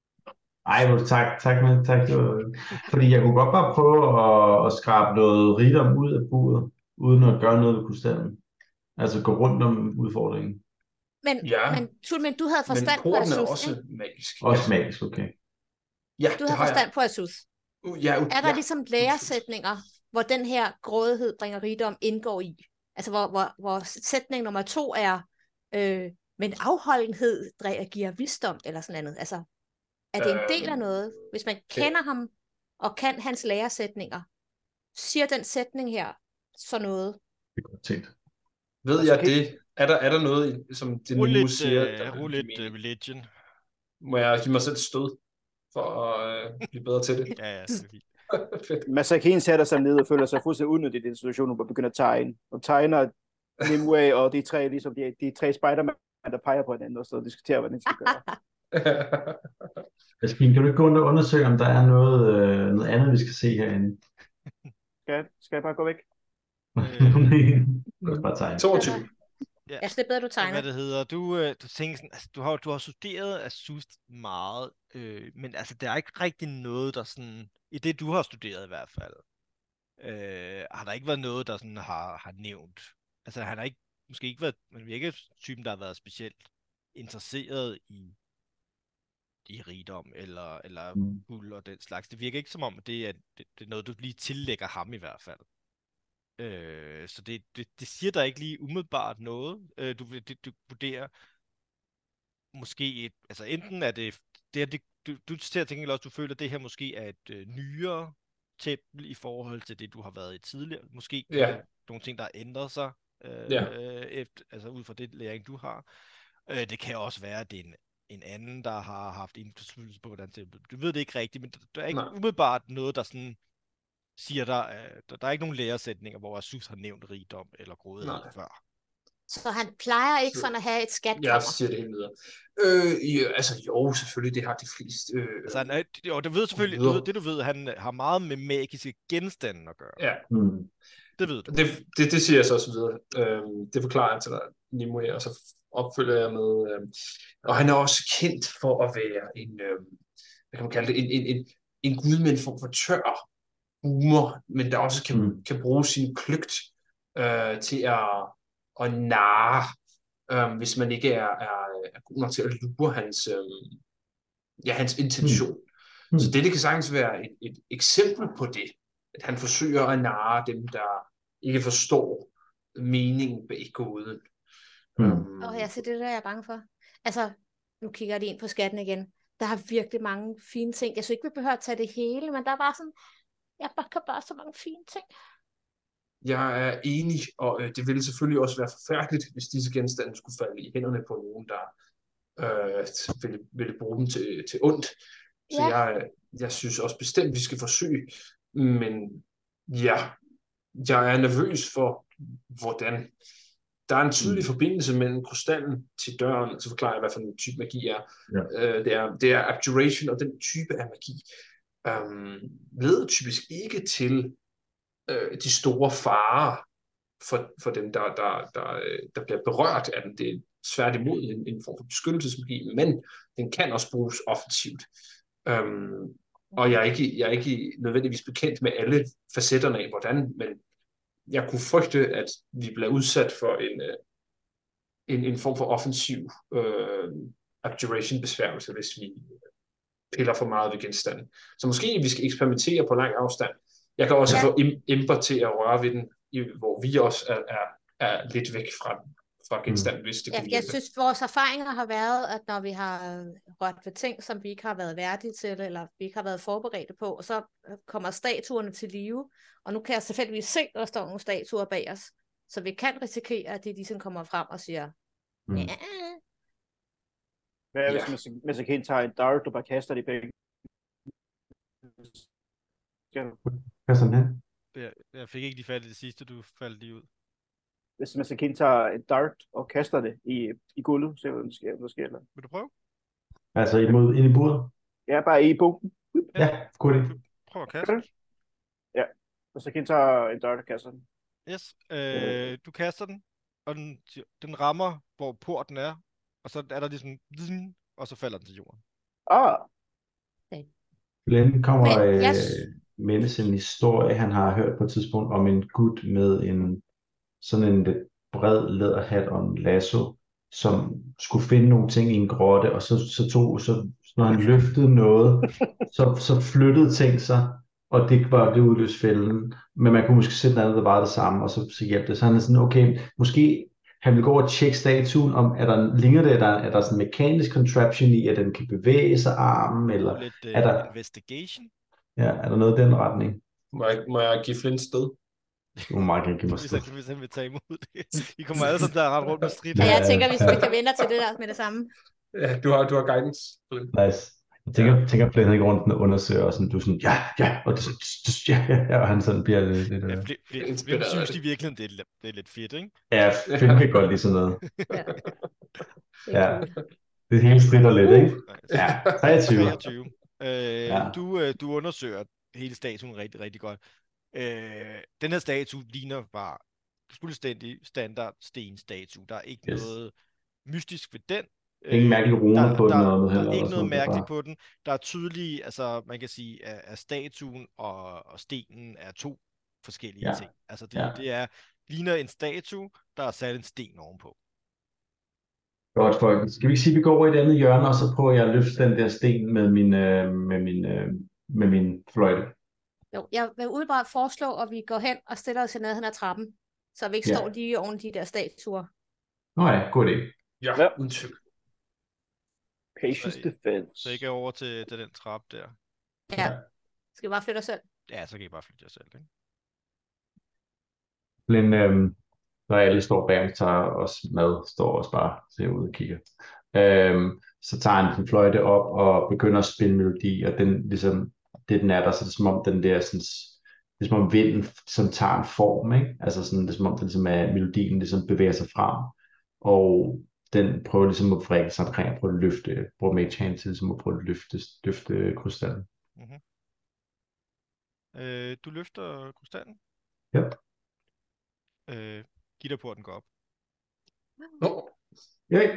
Ej, hvor tak, tak, men tak. Det var... Fordi jeg kunne godt bare prøve at, at skrabe noget rigdom ud af buret, uden at gøre noget ved krystallen. Altså gå rundt om udfordringen. Men, Ja. men Tulmin, du havde Men forstand på porten er Asus, også ikke? magisk. Også ja. magisk, okay. Ja, Du det havde har forstand jeg. på Asus. Uh, ja, uh, Er der ja. ligesom læresætninger, hvor den her grådighed bringer rigdom indgår i? Altså hvor, hvor, hvor sætning nummer to er, øh, men afholdenhed dræ- giver visdom, eller sådan andet. Altså, er det en del af Øhm, noget? Hvis man kender ham, og kan hans læresætninger, siger den sætning her så noget? Det er godt tænkt. Ved Altså, jeg kan- det? Er der, er der noget, som det Rul nu lidt, siger, der øh, vil rul give lidt mening? øh, religion. Må jeg give mig selv et stød for at øh, blive bedre til det? Ja, ja, det er fint. Fedt. Masakine sætter sig ned og føler sig fuldstændig unødigt i den situation, hvor begynder at tegne. Og tegner Nimue og de tre, ligesom de, de tre Spider-Man, der peger på hinanden, og så diskuterer, hvad den skal gøre. Maskine, kan du ikke gå rundt og undersøge, om der er noget, øh, noget andet, vi skal se herinde? Skal, jeg- skal jeg bare gå væk? Du kan bare tegne. toogtyve. Ja. Altså, det er bedre, du tegner. Hvad det hedder, du, øh, du tænker sådan, altså, du har, du har studeret Asus meget, øh, men altså, der er ikke rigtig noget, der sådan, i det du har studeret i hvert fald, øh, har der ikke været noget, der sådan har, har nævnt, altså han har ikke, måske ikke været, man virker ikke typen, der har været specielt interesseret i, i rigdom, eller, eller Mm. guld og den slags. Det virker ikke som om, det er, det, det er noget, du lige tillægger ham i hvert fald. Øh, så det, det, det siger der ikke lige umiddelbart noget. Øh, du, det, du vurderer måske et, altså enten er det, det, er det du, du ser til gengæld også, du føler, at det her måske er et øh, nyere tempel i forhold til det, du har været i tidligere. Måske Ja. yeah. nogle ting, der har ændret sig, øh, Ja. øh, efter, altså ud fra det læring, du har. Øh, det kan også være, at det er en, en anden, der har haft indflydelse på, hvordan tempel. Du ved det ikke rigtigt, men der, der er ikke Nej. umiddelbart noget, der sådan siger der, øh, der, der er ikke nogen læresætninger, hvor Asus har nævnt rigdom eller grådighed Nej. før. Så han plejer ikke Så- sådan at have et skatkammer. Jeg siger det helt videre. Øh, ja, altså jo, selvfølgelig, det har de fleste. Øh, Altså, han er, jo, det ved selvfølgelig, du videre. ved, det du ved, han øh, har meget med magiske genstande at gøre. ja, Mm. Det ved du. det, det, det siger jeg så også videre. Øh, det forklarer jeg til dig, Nimue, og så opfølger jeg med. Øh, og han er også kendt for at være en, øh, hvad kan man kalde det, en, en, en, en gud med en form for tør humor, men der også kan, Mm. kan bruge sin kløgt øh, til at, at narre, øh, hvis man ikke er, er, er god nok til at lure hans, øh, ja, hans intention. Mm. Så det, det kan sagtens være et, et eksempel på det, at han forsøger at narre dem, der ikke forstår meningen bag gåden. Hmm. Um, Åh, jeg ser det der, jeg er bange for. Altså, nu kigger jeg lige ind på skatten igen. Der er virkelig mange fine ting. Jeg synes ikke, vi behøver at tage det hele, men der er bare sådan, jeg bare kan bare så mange fine ting. Jeg er enig, og øh, det ville selvfølgelig også være forfærdeligt, hvis disse genstande skulle falde i hænderne på nogen, der øh, ville, ville bruge dem til, til ondt. Så Ja. jeg, jeg synes også bestemt, vi skal forsøge. Men ja, jeg er nervøs for, hvordan. Der er en tydelig Mm. forbindelse mellem krystallen til døren, så forklarer jeg, hvad for en type magi er. Ja. Øh, det er. Det er abjuration, og den type af magi øh, leder typisk ikke til øh, de store farer for, for dem, der, der, der, der bliver berørt af den. Det er svært imod en, en form for beskyttelsesmagi, men den kan også bruges offensivt. Um, og jeg er, ikke, jeg er ikke nødvendigvis bekendt med alle facetterne af, hvordan, men jeg kunne frygte, at vi bliver udsat for en, en, en form for offensiv uh, abjuration-besværgelse, hvis vi piller for meget ved genstanden. Så måske vi skal eksperimentere på lang afstand. Jeg kan også Ja. få im- imper til at røre ved den, hvor vi også er, er, er lidt væk fra, fra genstanden, mm. hvis det Ja, kunne jeg hjælpe. synes, vores erfaringer har været, at når vi har rørt ved ting, som vi ikke har været værdige til, eller vi ikke har været forberedte på, og så kommer statuerne til live, og nu kan jeg selvfølgelig se, at der står nogle statuer bag os, så vi kan risikere, at de ligesom kommer frem og siger, Mm. ja. Hvad er, Ja. hvis man Masakine tager en dart, og bare kaster det i begge? Ja. Hvad er sådan her? Jeg, jeg fik ikke lige fat i det sidste, du faldt lige ud. Hvis Masakine tager en dart og kaster det i, i gulvet, så hvad der sker, hvad sker der? Vil du prøve? Altså imod, ind i bordet? Ja, bare i bunken. Ja, god idé. Prøv at kaste. Masakine tager en dart og kaster den. Yes. Øh, du kaster den, og den, den rammer, hvor porten er, og så er der ligesom, og så falder den til jorden. Ah, Glenn kommer Men øh, jeg- mindes en historie, han har hørt på et tidspunkt om en gut med en sådan en lidt bred læderhat og en lasso, som skulle finde nogle ting i en grotte, og så, så tog, så når han løftede noget, så, så flyttede ting sig, og det var det udløste fælden. Men man kunne måske sætte noget andet, der var det samme, og så, så hjalp det. Så han er sådan, okay, måske han vil gå og tjekke statuen, om er der, ligner det, er der, er der sådan en mekanisk contraption i, at den kan bevæge sig armen, eller Lidt uh, er der, investigation. ja, er der noget i den retning? Må jeg, må jeg give Flint sted? Du må meget gerne give mig Hvis sted. han, hvis han vil tage imod det. I kommer alle sammen der ret rundt med strid. Og Ja. jeg tænker, hvis vi kan vende til det der med det samme. Ja, du har, du har guidance, Flint. Nice. Jeg tænker, ja. tænker Flynn ikke rundt og undersøger, og sådan, du er sådan, ja, ja, og det, det, ja, ja, ja, og han sådan bliver lidt, lidt Ja, øh... Flint, Flint, Inspireret Flint af synes det. de virkelig, det er, lidt, det er lidt fedt, ikke? Ja, Flynn kan godt lide sådan noget. Ja. Det er Ja. cool. Det hele strider lidt, ikke? Nice. Ja, treogtyve. treogtyve. Øh, Ja. du, øh, du undersøger hele statuen rigtig, rigtig godt. Øh, den her statue ligner bare fuldstændig standard stenstatue. Der er ikke Yes. noget mystisk ved den. Ingen mærkelige runer der, på den der, eller noget der heller. er ikke eller noget sådan det er mærkeligt bare- på den. Der er tydelige, altså man kan sige, at, at statuen og, og stenen er to forskellige Ja. ting. Altså det, Ja. det er, ligner en statue, der er sat en sten ovenpå. Godt, folk. Skal vi ikke sige, at vi går over i et andet hjørne, og så prøver jeg at løfte den der sten med min, øh, med min, øh, med min fløjte? Jo, jeg vil udebart foreslå, at vi går hen og stiller os i nærheden af trappen, så vi ikke Ja. står lige oven de der statuer. Nå ja, god idé. Ja, Ja. uden tvivl. patience Så- defense. Så I går over til, til den trappe der. Ja. Skal vi bare flytte os selv? Ja, så kan I bare flytte jer selv, ikke? Men øhm, når alle står bag og tager os mad, står også bare ser ud og kigger. Øhm, så tager han den fløjte op og begynder at spille melodi, og den ligesom, det den er der, så det er som om den der sådan, det er som om vinden som tager en form, ikke? Altså sådan, det er som om den ligesom er, melodien ligesom bevæger sig frem, og den prøver ligesom at vrikke sig omkring og prøve at løfte, bruger Mage Hand til ligesom at prøve at løfte, løfte krystallen. Mm-hmm. Øh, du løfter krystallen. Ja. Øh, gitterporten går op. Nå, Ja,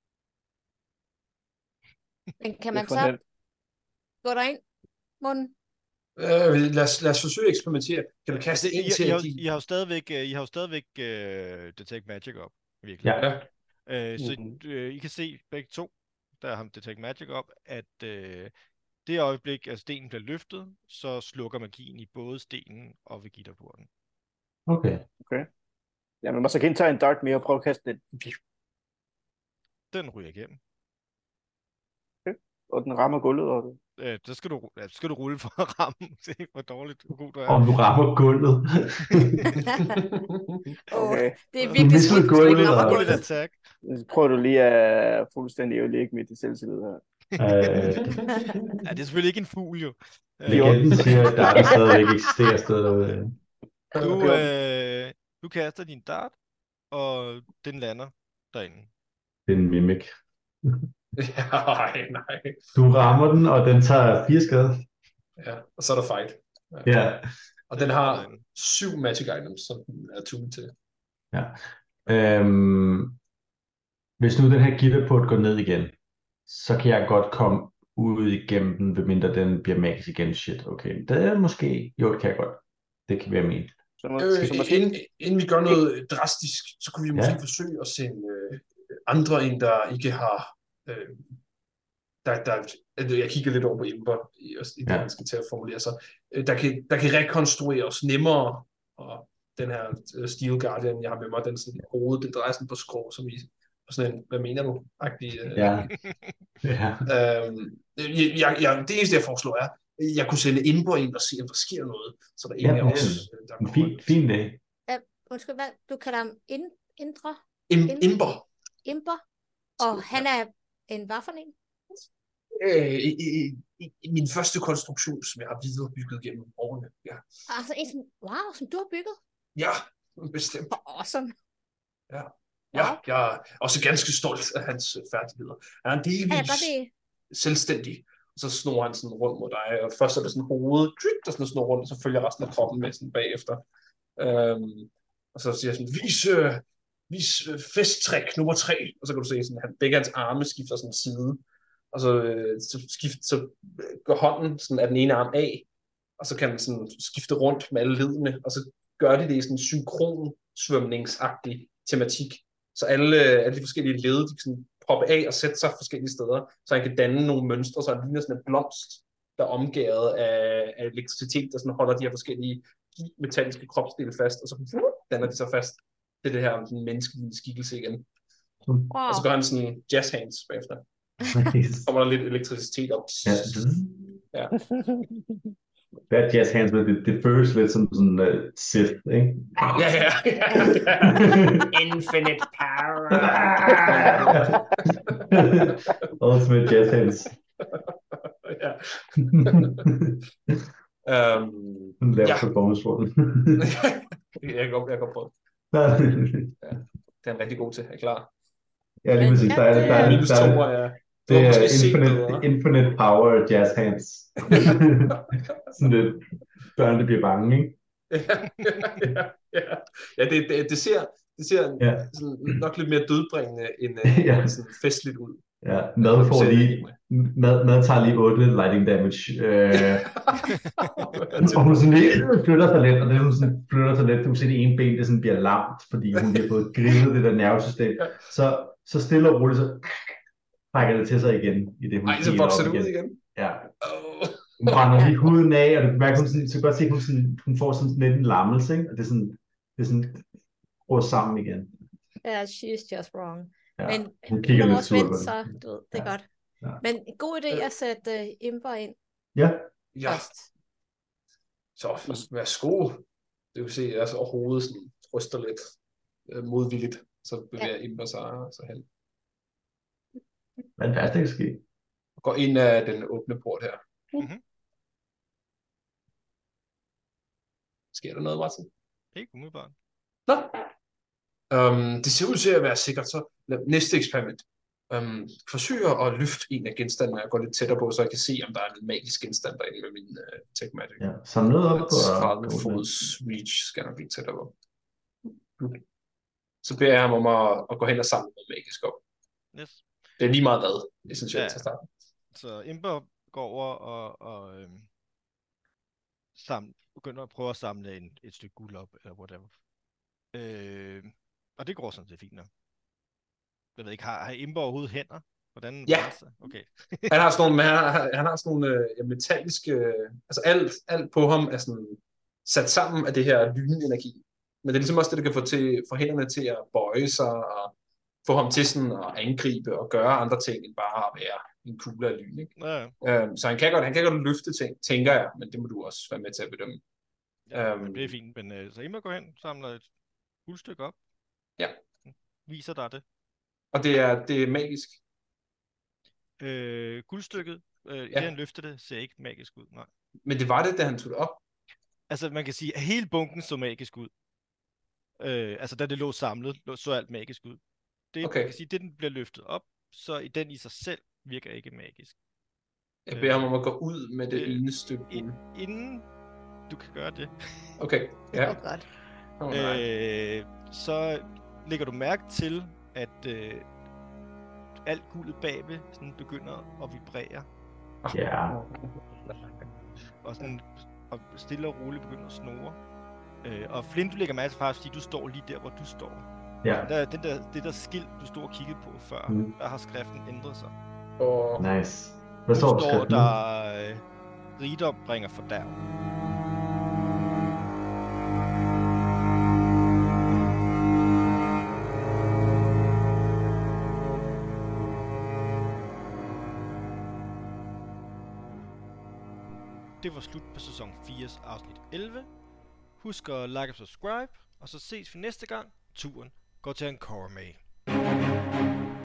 Men kan Det er man for så nemt. gå derind? Munden? øh, lad, os, lad os forsøge at eksperimentere. Kan du kaste I, en I, til I, har, de... I har jo stadigvæk, øh, I har jo stadigvæk uh, Detect Magic op, virkelig. ja. Ja. Øh, så Mhm. øh, I kan se begge to, der har Detect Magic op, at øh, det øjeblik, at stenen bliver løftet, så slukker magien i både stenen og ved gitterporten. Okay. Ja, men så kan tage en dart mere og prøve at kaste den. Den ryger igennem. Og den rammer gulvet, og det. Øh, så skal du, ja, skal du rulle for at ramme. Se, hvor dårligt, hvor god du er. Om du rammer gulvet. Okay. Det er Du virkelig missede skidt, hvis du ikke gulvet, rammer og- Dårligt gulvet. attack. Så prøver du lige at fuldstændig ødelægge mit selvtillid her. Øh, Ja, det er selvfølgelig ikke en fugl, jo. Øh, legenden siger, at der stadigvæk eksisterer steder. Du, øh, du kaster din dart, og den lander derinde. Det er en mimik. Nej, nej. Du rammer den, og den tager fire skade. Ja, og så er der fight. Ja. Og den har syv magic items, som den er tuned til. Ja. Øhm, hvis nu den her gitterport går ned igen, så kan jeg godt komme ud igennem den, medmindre den bliver magisk igen. Shit, okay. Det er måske... Jo, det kan jeg godt. Det kan være min. Så, må, Øh, så måske... inden, inden vi gør noget drastisk, så kunne vi måske Ja. forsøge at sende øh, andre ind, der ikke har... Øh, der, der, altså, jeg kigger lidt over på Ember, i, i det, Ja. man skal til at formulere sig. Øh, der, kan, der kan rekonstrueres nemmere, og den her uh, Steel Guardian, jeg har med mig, den sådan hoved, den drejer sådan på skrå, som i og sådan en, hvad mener du? Agtig, øh, Ja. Ja. Øhm, jeg, jeg, jeg, det eneste, jeg foreslår, er, at jeg kunne sende Ember ind og se, om der sker noget, så der er Ja, ingen af det er os, øh, der En kommer. fin, fin dag. Undskyld, hvad? Du kalder ham ind, indre Em, Ember? Ember. imper, og han er en hvad for en? Øh, i, i, i, i min første konstruktion, som jeg har viderebygget gennem årene. Ja, Altså en som, wow, som du har bygget? ja bestemt. Awesome. Ja, jeg er også ganske stolt af hans øh, færdigheder. Han er Ja, jeg delvis kan godt lide. selvstændig, og så snor han sådan rundt mod dig, og først er der sådan hovedet, der sådan snor rundt, og så følger resten af kroppen med sådan bagefter. Øhm, og så siger jeg sådan, vis, øh, vis øh, festtræk nummer tre, og så kan du se sådan, han, begge hans arme skifter sådan side, og så, øh, så, skift, så går hånden sådan af den ene arm af, og så kan man sådan skifte rundt med alle ledene, og så gør de det i sådan en synkron svømningsagtig tematik, så alle, alle de forskellige led, de kan sådan poppe af og sætte sig forskellige steder, så han kan danne nogle mønstre, så han ligner sådan en blomst, der er omgået af, af elektricitet, der sådan holder de her forskellige metalliske kropsdele fast, og så danner de sig fast. Det er det her den menneskelige skikkelse igen. Wow. Og så gør han sådan jazz hands bagefter. Nice. Så kommer der lidt elektricitet op. Ja. Ja. Det er jazz hands, men det, det føles lidt som sådan uh, Sith, ikke? Ja, ja, ja, ja. Infinite power. Ultimate jazz hands. Ja. Um, Den laver Ja. performance-rollen. jeg kan godt, jeg kan prøve. Det er en rigtig god til, er I klar? Ja, lige præcis. Der er, der er, Minus der to er, er... det Du har er måske set infinite, bedre. infinite power jazz hands. Sådan lidt børn, der bliver bange, ikke? ja, ja, ja. ja det, det, det ser, det ser Ja. sådan, nok lidt mere dødbringende end uh, Ja. sådan festligt ud. Ja, mad får lige, mad, mad tager lige otte lighting damage. Øh, og hun sådan lige flytter sig lidt, og det hun sådan flytter sig lidt, du kan se det ene ben, det sådan bliver lamt, fordi hun lige har fået grillet det der nervesystem. Så, så stille og roligt, så trækker det til sig igen, i det hun Ej, så healer vokser op det ud igen. Ja. Oh. Hun brænder lige huden af, og du kan mærke, hun, sådan, så kan godt se, hun, sådan, hun får sådan lidt en lammelse, ikke? Og det er sådan, det er sådan, prøver sammen igen. Ja, she's just wrong. Ja. Men Hun kigger når lidt vores sur ven, på det. så du ved, det er Ja. godt. Ja. Men en god idé at sætte uh, imper ind Ja, Ja, først. så værsgo. Det vil se, at altså, hovedet sådan, ryster lidt øh, modvilligt, så bevæger ja. Imber sig, sig hen. hvad er det værste, der kan ske? Går ind af den åbne port her. Mhm. Sker der noget, Martin? Ikke umiddelbart. Nå. Um, det ser ud til at være sikkert, så lad, næste eksperiment. Um, forsøger at løfte en af genstandene og gå lidt tættere på, så jeg kan se, om der er en magisk genstand derinde med min uh, Tech Magic. Ja, samle noget op. tredive fods reach skal nok blive tættere på. Så beder jeg ham om at, at gå hen og samle noget magisk op. Yes. Det er lige meget hvad, essentielt Ja. til at starte. Så Imber går over og, og øhm, sam, begynder at prøve at samle en, et stykke guld op, eller whatever. Øh, og det går sådan set fint nok. Jeg ved ikke, har, har Imber overhovedet hænder? Hvordan Ja. hvordan så? Okay. Han har sådan nogle, han har, han har sådan nogle øh, metalliske, øh, altså alt, alt på ham er sådan sat sammen af det her lynenergi. Men det er ligesom også det, der kan få, til, få hænderne til at bøje sig og få ham til sådan at angribe og gøre andre ting, end bare at være en kugle af lyn, ikke? Ja, Øhm, så han kan, godt, han kan godt løfte ting, tænker jeg, men det må du også være med til at bedømme. ja Øhm. det er fint, men øh, så I må gå hen, samler et guldstykke op. Ja. Viser dig det. Og det er, det er magisk. Øh, guldstykket, øh, Ja. det han løfter det, ser ikke magisk ud, nej. Men det var det, da han tog det op. Altså, man kan sige, at hele bunken så magisk ud. Øh, altså, da det lå samlet, lå, så alt magisk ud. Det, Okay. man kan sige, det den bliver løftet op, så i den i sig selv virker ikke magisk. Jeg beder ham om at gå ud med det Øh, ene stykke I, guld. inden du kan gøre det, Okay, ja. Det var godt. Oh, nej. øh, så lægger du mærke til, at øh, alt guldet bagved sådan begynder at vibrere, Ja. og sådan og stille og roligt begynder at snurre. Øh, og Flint, du lægger mærke til faktisk, fordi du står lige der, hvor du står. Ja. Der, den der, det der skilt, du stod og kiggede på før, Mm. mm. der har skriften ændret sig. Og Nice. Hvad Nu står der står skriften nu? der, øh, rigdom bringer fordærv. Det var slut på sæson fires afsnit elleve. Husk at like og subscribe, og så ses vi næste gang. Turen går til Ankor med.